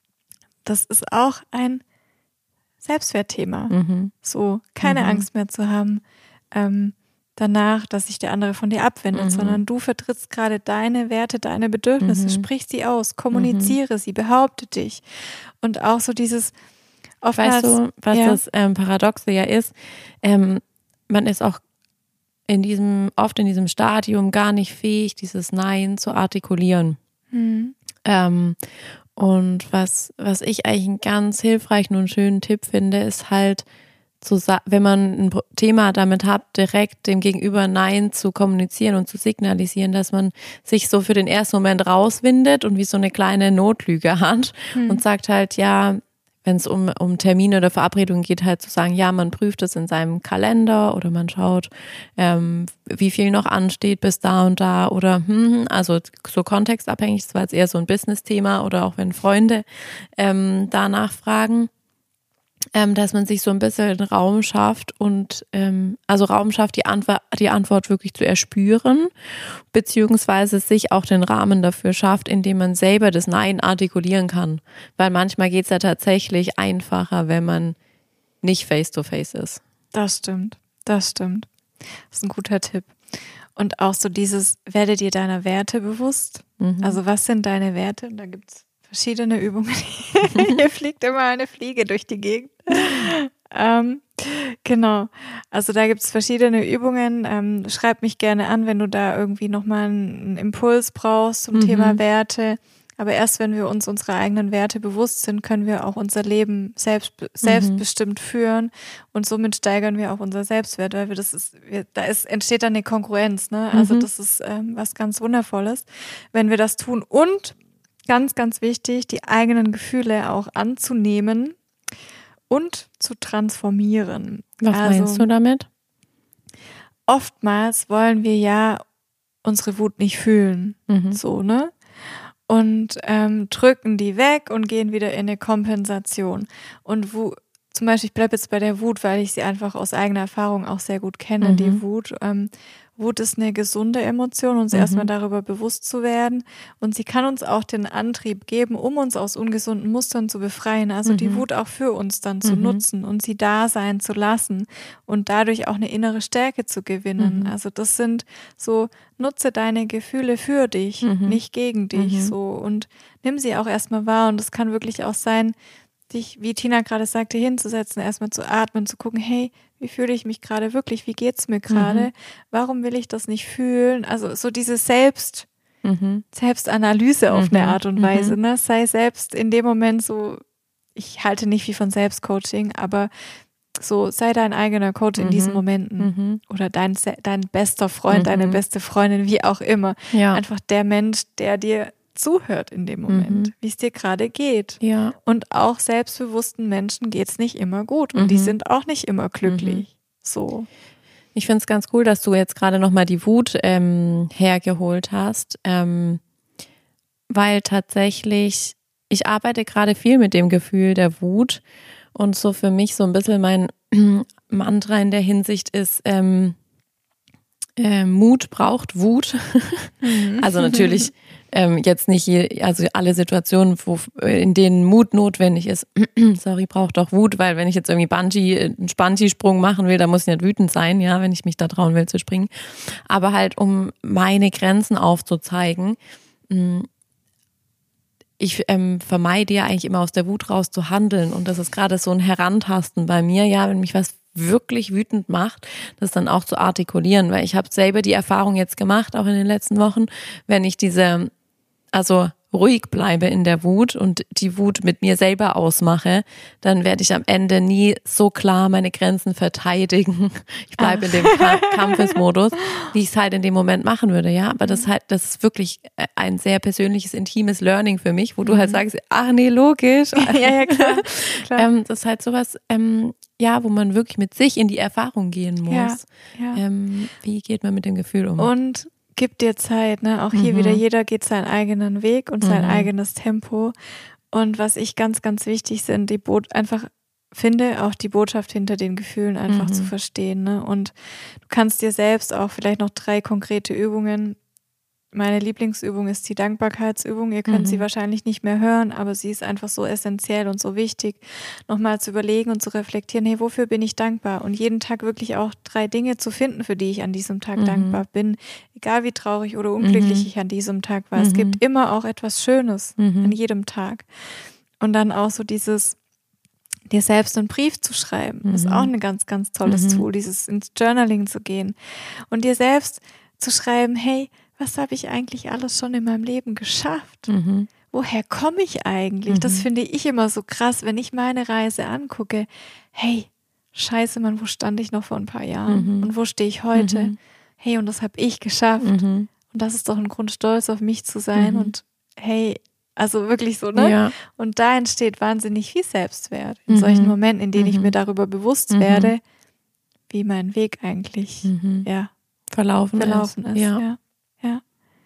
das ist auch ein Selbstwertthema. Mhm. So, keine Mhm. Angst mehr zu haben, ähm, danach, dass sich der andere von dir abwendet, Mhm. sondern du vertrittst gerade deine Werte, deine Bedürfnisse, Mhm. sprich sie aus, kommuniziere sie, behaupte dich. Und auch so dieses oftmals, Weißt du, was ja, das ähm, Paradoxe ja ist? Ähm, man ist auch in diesem, oft in diesem Stadium gar nicht fähig, dieses Nein zu artikulieren. hm, Ähm, und was, was ich eigentlich einen ganz hilfreichen und schönen Tipp finde, ist halt, zu, sa- wenn man ein Pro- Thema damit hat, direkt dem Gegenüber Nein zu kommunizieren und zu signalisieren, dass man sich so für den ersten Moment rauswindet und wie so eine kleine Notlüge hat hm, und sagt halt, ja, wenn es um, um Termine oder Verabredungen geht, halt zu sagen, ja, man prüft es in seinem Kalender oder man schaut, ähm, wie viel noch ansteht bis da und da oder hm, also so kontextabhängig, das war jetzt eher so ein Business-Thema oder auch wenn Freunde ähm, da nachfragen, ähm, dass man sich so ein bisschen Raum schafft und ähm, also Raum schafft, die Antwort, die Antwort wirklich zu erspüren, beziehungsweise sich auch den Rahmen dafür schafft, indem man selber das Nein artikulieren kann. Weil manchmal geht es ja tatsächlich einfacher, wenn man nicht face-to-face ist. das stimmt, das stimmt. Das ist ein guter Tipp. Und auch so dieses, werde dir deiner Werte bewusst. Mhm. Also was sind deine Werte? Und da gibt es verschiedene Übungen. Hier fliegt immer eine Fliege durch die Gegend. ähm, genau. Also da gibt es verschiedene Übungen. Ähm, schreib mich gerne an, wenn du da irgendwie nochmal einen Impuls brauchst zum Mhm. Thema Werte. Aber erst wenn wir uns unserer eigenen Werte bewusst sind, können wir auch unser Leben selbst, selbstbestimmt führen, und somit steigern wir auch unser Selbstwert, weil wir das ist, wir, da ist, entsteht dann eine Konkurrenz, ne? Also Mhm. das ist ähm, was ganz Wundervolles, wenn wir das tun. Und ganz, ganz wichtig, die eigenen Gefühle auch anzunehmen und zu transformieren. Was also, meinst du damit? Oftmals wollen wir ja unsere Wut nicht fühlen, Mhm. so, ne? Und ähm, drücken die weg und gehen wieder in eine Kompensation. Und wo, zum Beispiel, ich bleibe jetzt bei der Wut, weil ich sie einfach aus eigener Erfahrung auch sehr gut kenne, Mhm. die Wut. Ähm, Wut ist eine gesunde Emotion, uns Mhm. erstmal darüber bewusst zu werden. Und sie kann uns auch den Antrieb geben, um uns aus ungesunden Mustern zu befreien. Also Mhm. die Wut auch für uns dann zu Mhm. nutzen und sie da sein zu lassen und dadurch auch eine innere Stärke zu gewinnen. Mhm. Also das sind so, nutze deine Gefühle für dich, Mhm. nicht gegen dich, Mhm. so, und nimm sie auch erstmal wahr. Und es kann wirklich auch sein, dich, wie Tina gerade sagte, hinzusetzen, erstmal zu atmen, zu gucken, hey, wie fühle ich mich gerade wirklich, wie geht's mir gerade, Mhm. warum will ich das nicht fühlen? Also so diese Selbst, Mhm. Selbstanalyse auf Mhm. eine Art und Weise. Mhm. Ne? Sei selbst in dem Moment so, ich halte nicht viel von Selbstcoaching, aber so sei dein eigener Coach in Mhm. diesen Momenten. Mhm. Oder dein, dein bester Freund, Mhm. deine beste Freundin, wie auch immer. Ja. Einfach der Mensch, der dir zuhört in dem Moment, Mhm. wie es dir gerade geht. Ja. Und auch selbstbewussten Menschen geht es nicht immer gut. Und Mhm. die sind auch nicht immer glücklich. Mhm. So. Ich finde es ganz cool, dass du jetzt gerade nochmal die Wut ähm, hergeholt hast, ähm, weil tatsächlich, ich arbeite gerade viel mit dem Gefühl der Wut und so für mich so ein bisschen mein Mantra in der Hinsicht ist, ähm, äh, Mut braucht Wut. Mhm. Also natürlich ähm, jetzt nicht, je, also alle Situationen, wo, in denen Mut notwendig ist, sorry, braucht auch Wut, weil wenn ich jetzt irgendwie Bungee, einen Spanti-Sprung machen will, dann muss ich nicht wütend sein, ja, wenn ich mich da trauen will zu springen. Aber halt, um meine Grenzen aufzuzeigen, ich ähm, vermeide ja eigentlich immer aus der Wut raus zu handeln und das ist gerade so ein Herantasten bei mir, ja, wenn mich was wirklich wütend macht, das dann auch zu artikulieren, weil ich habe selber die Erfahrung jetzt gemacht, auch in den letzten Wochen, wenn ich diese, also ruhig bleibe in der Wut und die Wut mit mir selber ausmache, dann werde ich am Ende nie so klar meine Grenzen verteidigen. Ich bleibe in dem Ka- Kampfesmodus, wie ich es halt in dem Moment machen würde, ja. Aber das halt, das ist wirklich ein sehr persönliches, intimes Learning für mich, wo du halt sagst, ach nee, logisch. Ja, ja, klar. klar. ähm, das ist halt sowas, ähm, ja, wo man wirklich mit sich in die Erfahrung gehen muss. Ja, ja. Ähm, wie geht man mit dem Gefühl um? Und gib dir Zeit, ne? Auch hier Mhm. wieder, jeder geht seinen eigenen Weg und sein Mhm. eigenes Tempo. Und was ich ganz, ganz wichtig sind, die Boot einfach finde, auch die Botschaft hinter den Gefühlen einfach Mhm. zu verstehen, ne? Und du kannst dir selbst auch vielleicht noch drei konkrete Übungen. Meine Lieblingsübung ist die Dankbarkeitsübung. Ihr könnt Mhm. sie wahrscheinlich nicht mehr hören, aber sie ist einfach so essentiell und so wichtig, nochmal zu überlegen und zu reflektieren, hey, wofür bin ich dankbar? Und jeden Tag wirklich auch drei Dinge zu finden, für die ich an diesem Tag Mhm. dankbar bin. Egal wie traurig oder unglücklich Mhm. ich an diesem Tag war. Es Mhm. gibt immer auch etwas Schönes Mhm. an jedem Tag. Und dann auch so dieses, dir selbst einen Brief zu schreiben, Mhm. ist auch ein ganz, ganz tolles Mhm. Tool, dieses ins Journaling zu gehen und dir selbst zu schreiben, hey, was habe ich eigentlich alles schon in meinem Leben geschafft? Mhm. Woher komme ich eigentlich? Mhm. Das finde ich immer so krass, wenn ich meine Reise angucke. Hey, scheiße, Mann, wo stand ich noch vor ein paar Jahren? Mhm. Und wo stehe ich heute? Mhm. Hey, und das habe ich geschafft. Mhm. Und das ist doch ein Grund, stolz auf mich zu sein. Mhm. Und hey, also wirklich so, ne? Ja. Und da entsteht wahnsinnig viel Selbstwert. In Mhm. solchen Momenten, in denen ich Mhm. mir darüber bewusst Mhm. werde, wie mein Weg eigentlich, Mhm. ja, Verlaufen, verlaufen ist. Ja. ja. ja.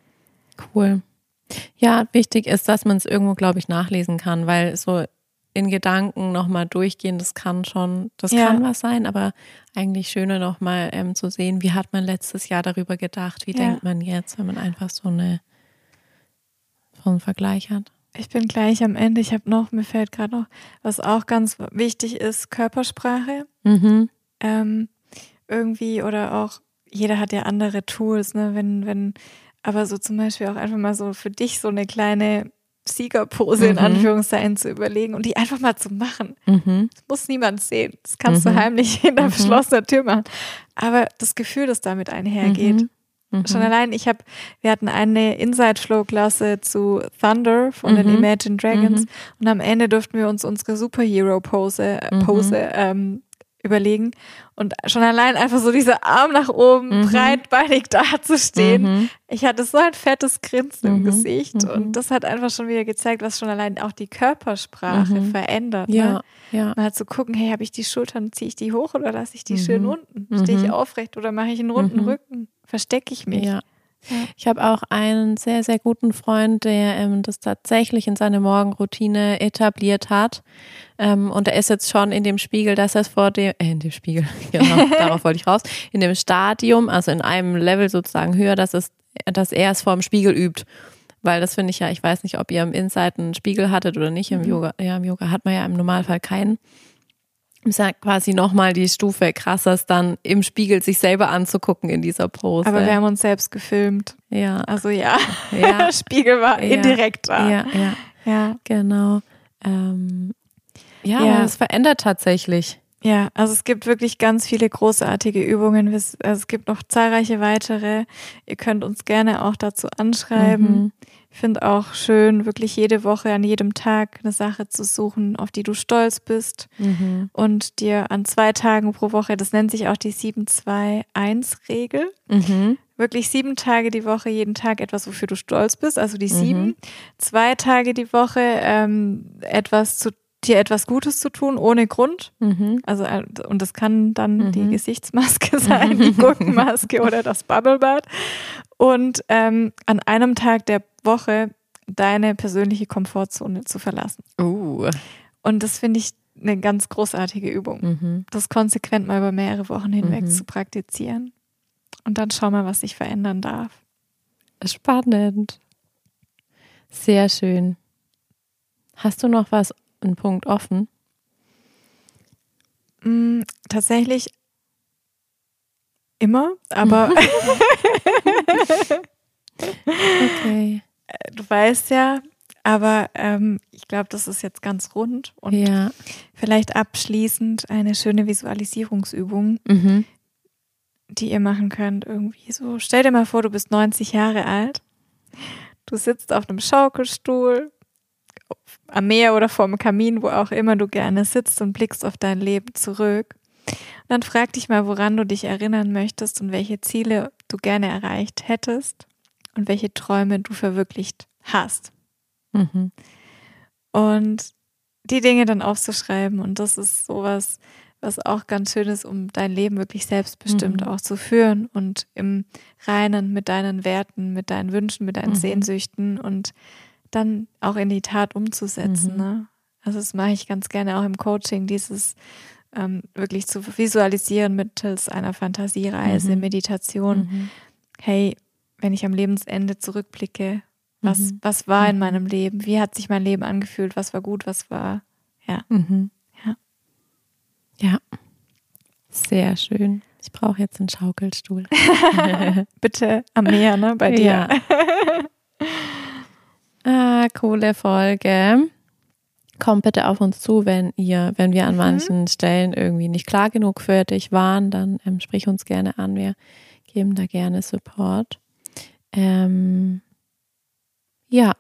Cool. Ja, wichtig ist, dass man es irgendwo, glaube ich, nachlesen kann, weil so in Gedanken nochmal durchgehen, das kann schon, das Ja. kann was sein, aber eigentlich schöner nochmal ähm, zu sehen, wie hat man letztes Jahr darüber gedacht, wie Ja. denkt man jetzt, wenn man einfach so eine so einen Vergleich hat. Ich bin gleich am Ende. Ich habe noch, mir fällt gerade noch, was auch ganz wichtig ist, Körpersprache. Mhm. Ähm, irgendwie oder auch, jeder hat ja andere Tools, ne, wenn, wenn, aber so zum Beispiel auch einfach mal so für dich so eine kleine Siegerpose in Mhm. Anführungszeichen zu überlegen und die einfach mal zu machen. Mhm. Das muss niemand sehen. Das kannst Mhm. du heimlich hinter Mhm. verschlossener Tür machen. Aber das Gefühl, das damit einhergeht. Mhm. Mhm. Schon allein, ich habe, wir hatten eine Inside-Flow-Klasse zu Thunder von den Mhm. Imagine Dragons Mhm. und am Ende durften wir uns unsere Superhero-Pose äh, Mhm. Pose, ähm, überlegen und schon allein einfach so dieser Arm nach oben, Mhm. breitbeinig dazustehen. Mhm. Ich hatte so ein fettes Grinsen im Mhm. Gesicht Mhm. und das hat einfach schon wieder gezeigt, was schon allein auch die Körpersprache Mhm. verändert. Ja, Ne? ja. Mal zu gucken, hey, habe ich die Schultern, ziehe ich die hoch oder lasse ich die Mhm. schön unten? Stehe ich Mhm. aufrecht oder mache ich einen runden Mhm. Rücken? Verstecke ich mich? Ja. Ja. Ich habe auch einen sehr, sehr guten Freund, der ähm, das tatsächlich in seine Morgenroutine etabliert hat. Ähm, und er ist jetzt schon in dem Spiegel, dass er es vor dem, äh, in dem Spiegel, genau, darauf wollte ich raus, in dem Stadium, also in einem Level sozusagen höher, dass es, dass er es vor dem Spiegel übt. Weil das finde ich ja, ich weiß nicht, ob ihr im Inside einen Spiegel hattet oder nicht. Im Mhm. Yoga, ja, im Yoga hat man ja im Normalfall keinen. Ist ja quasi nochmal die Stufe krasser, es dann im Spiegel sich selber anzugucken in dieser Pose. Aber wir haben uns selbst gefilmt. ja, Also ja, ja, Spiegel war Ja. indirekt da. ja, ja, Ja. genau. Ähm, ja, Ja. aber es verändert tatsächlich. Ja, also es gibt wirklich ganz viele großartige Übungen. Also es gibt noch zahlreiche weitere. Ihr könnt uns gerne auch dazu anschreiben. Mhm. Ich finde auch schön, wirklich jede Woche, an jedem Tag eine Sache zu suchen, auf die du stolz bist Mhm. und dir an zwei Tagen pro Woche, das nennt sich auch die sieben zwei eins Regel, Mhm. wirklich sieben Tage die Woche, jeden Tag etwas, wofür du stolz bist, also die Mhm. sieben, zwei Tage die Woche ähm, etwas zu dir etwas Gutes zu tun, ohne Grund. Mhm. Also, und das kann dann Mhm. die Gesichtsmaske sein, die Gurkenmaske oder das Bubblebad. Und ähm, an einem Tag der Woche deine persönliche Komfortzone zu verlassen. Uh. Und das finde ich eine ganz großartige Übung, Mhm. das konsequent mal über mehrere Wochen hinweg Mhm. zu praktizieren. Und dann schau mal, was sich verändern darf. Spannend. Sehr schön. Hast du noch was, einen Punkt offen? Mm, tatsächlich immer, aber Okay. du weißt ja, aber ähm, ich glaube, das ist jetzt ganz rund und Ja. vielleicht abschließend eine schöne Visualisierungsübung, Mhm. die ihr machen könnt. Irgendwie so, stell dir mal vor, du bist neunzig Jahre alt, du sitzt auf einem Schaukelstuhl am Meer oder vorm Kamin, wo auch immer du gerne sitzt und blickst auf dein Leben zurück. Und dann frag dich mal, woran du dich erinnern möchtest und welche Ziele du gerne erreicht hättest und welche Träume du verwirklicht hast. Mhm. Und die Dinge dann aufzuschreiben. Und das ist sowas, was auch ganz schön ist, um dein Leben wirklich selbstbestimmt Mhm. auch zu führen und im Reinen mit deinen Werten, mit deinen Wünschen, mit deinen Mhm. Sehnsüchten und dann auch in die Tat umzusetzen. Mhm. Ne? Also das mache ich ganz gerne auch im Coaching, dieses ähm, wirklich zu visualisieren mittels einer Fantasiereise, Mhm. Meditation. Mhm. Hey, wenn ich am Lebensende zurückblicke, was, Mhm. was war in Mhm. meinem Leben? Wie hat sich mein Leben angefühlt? Was war gut? Was war, ja. Mhm. Ja. Ja. Sehr schön. Ich brauche jetzt einen Schaukelstuhl. Bitte am Meer, ne, bei dir. Ja. Ah, coole Folge. Kommt bitte auf uns zu, wenn ihr, wenn wir an Mhm. manchen Stellen irgendwie nicht klar genug für dich waren, dann ähm, sprich uns gerne an. Wir geben da gerne Support. Ähm, ja,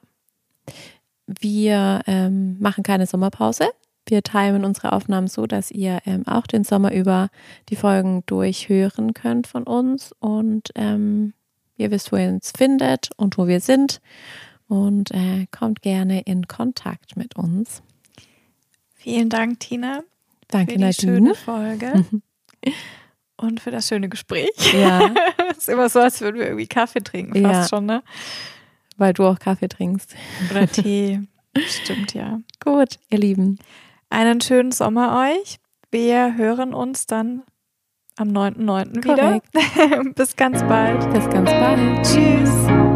wir ähm, machen keine Sommerpause. Wir timen unsere Aufnahmen so, dass ihr ähm, auch den Sommer über die Folgen durchhören könnt von uns und ähm, ihr wisst, wo ihr uns findet und wo wir sind und äh, kommt gerne in Kontakt mit uns. Vielen Dank, Tina. Danke, für die Nadine. schöne Folge und für das schöne Gespräch. Ja. Ist immer so, als würden wir irgendwie Kaffee trinken, fast Ja. schon, ne? Weil du auch Kaffee trinkst. Oder Tee. Stimmt, ja. Gut, ihr Lieben. Einen schönen Sommer euch. Wir hören uns dann am neunten neunten wieder. Korrekt. Bis ganz bald. Bis ganz bald. Tschüss.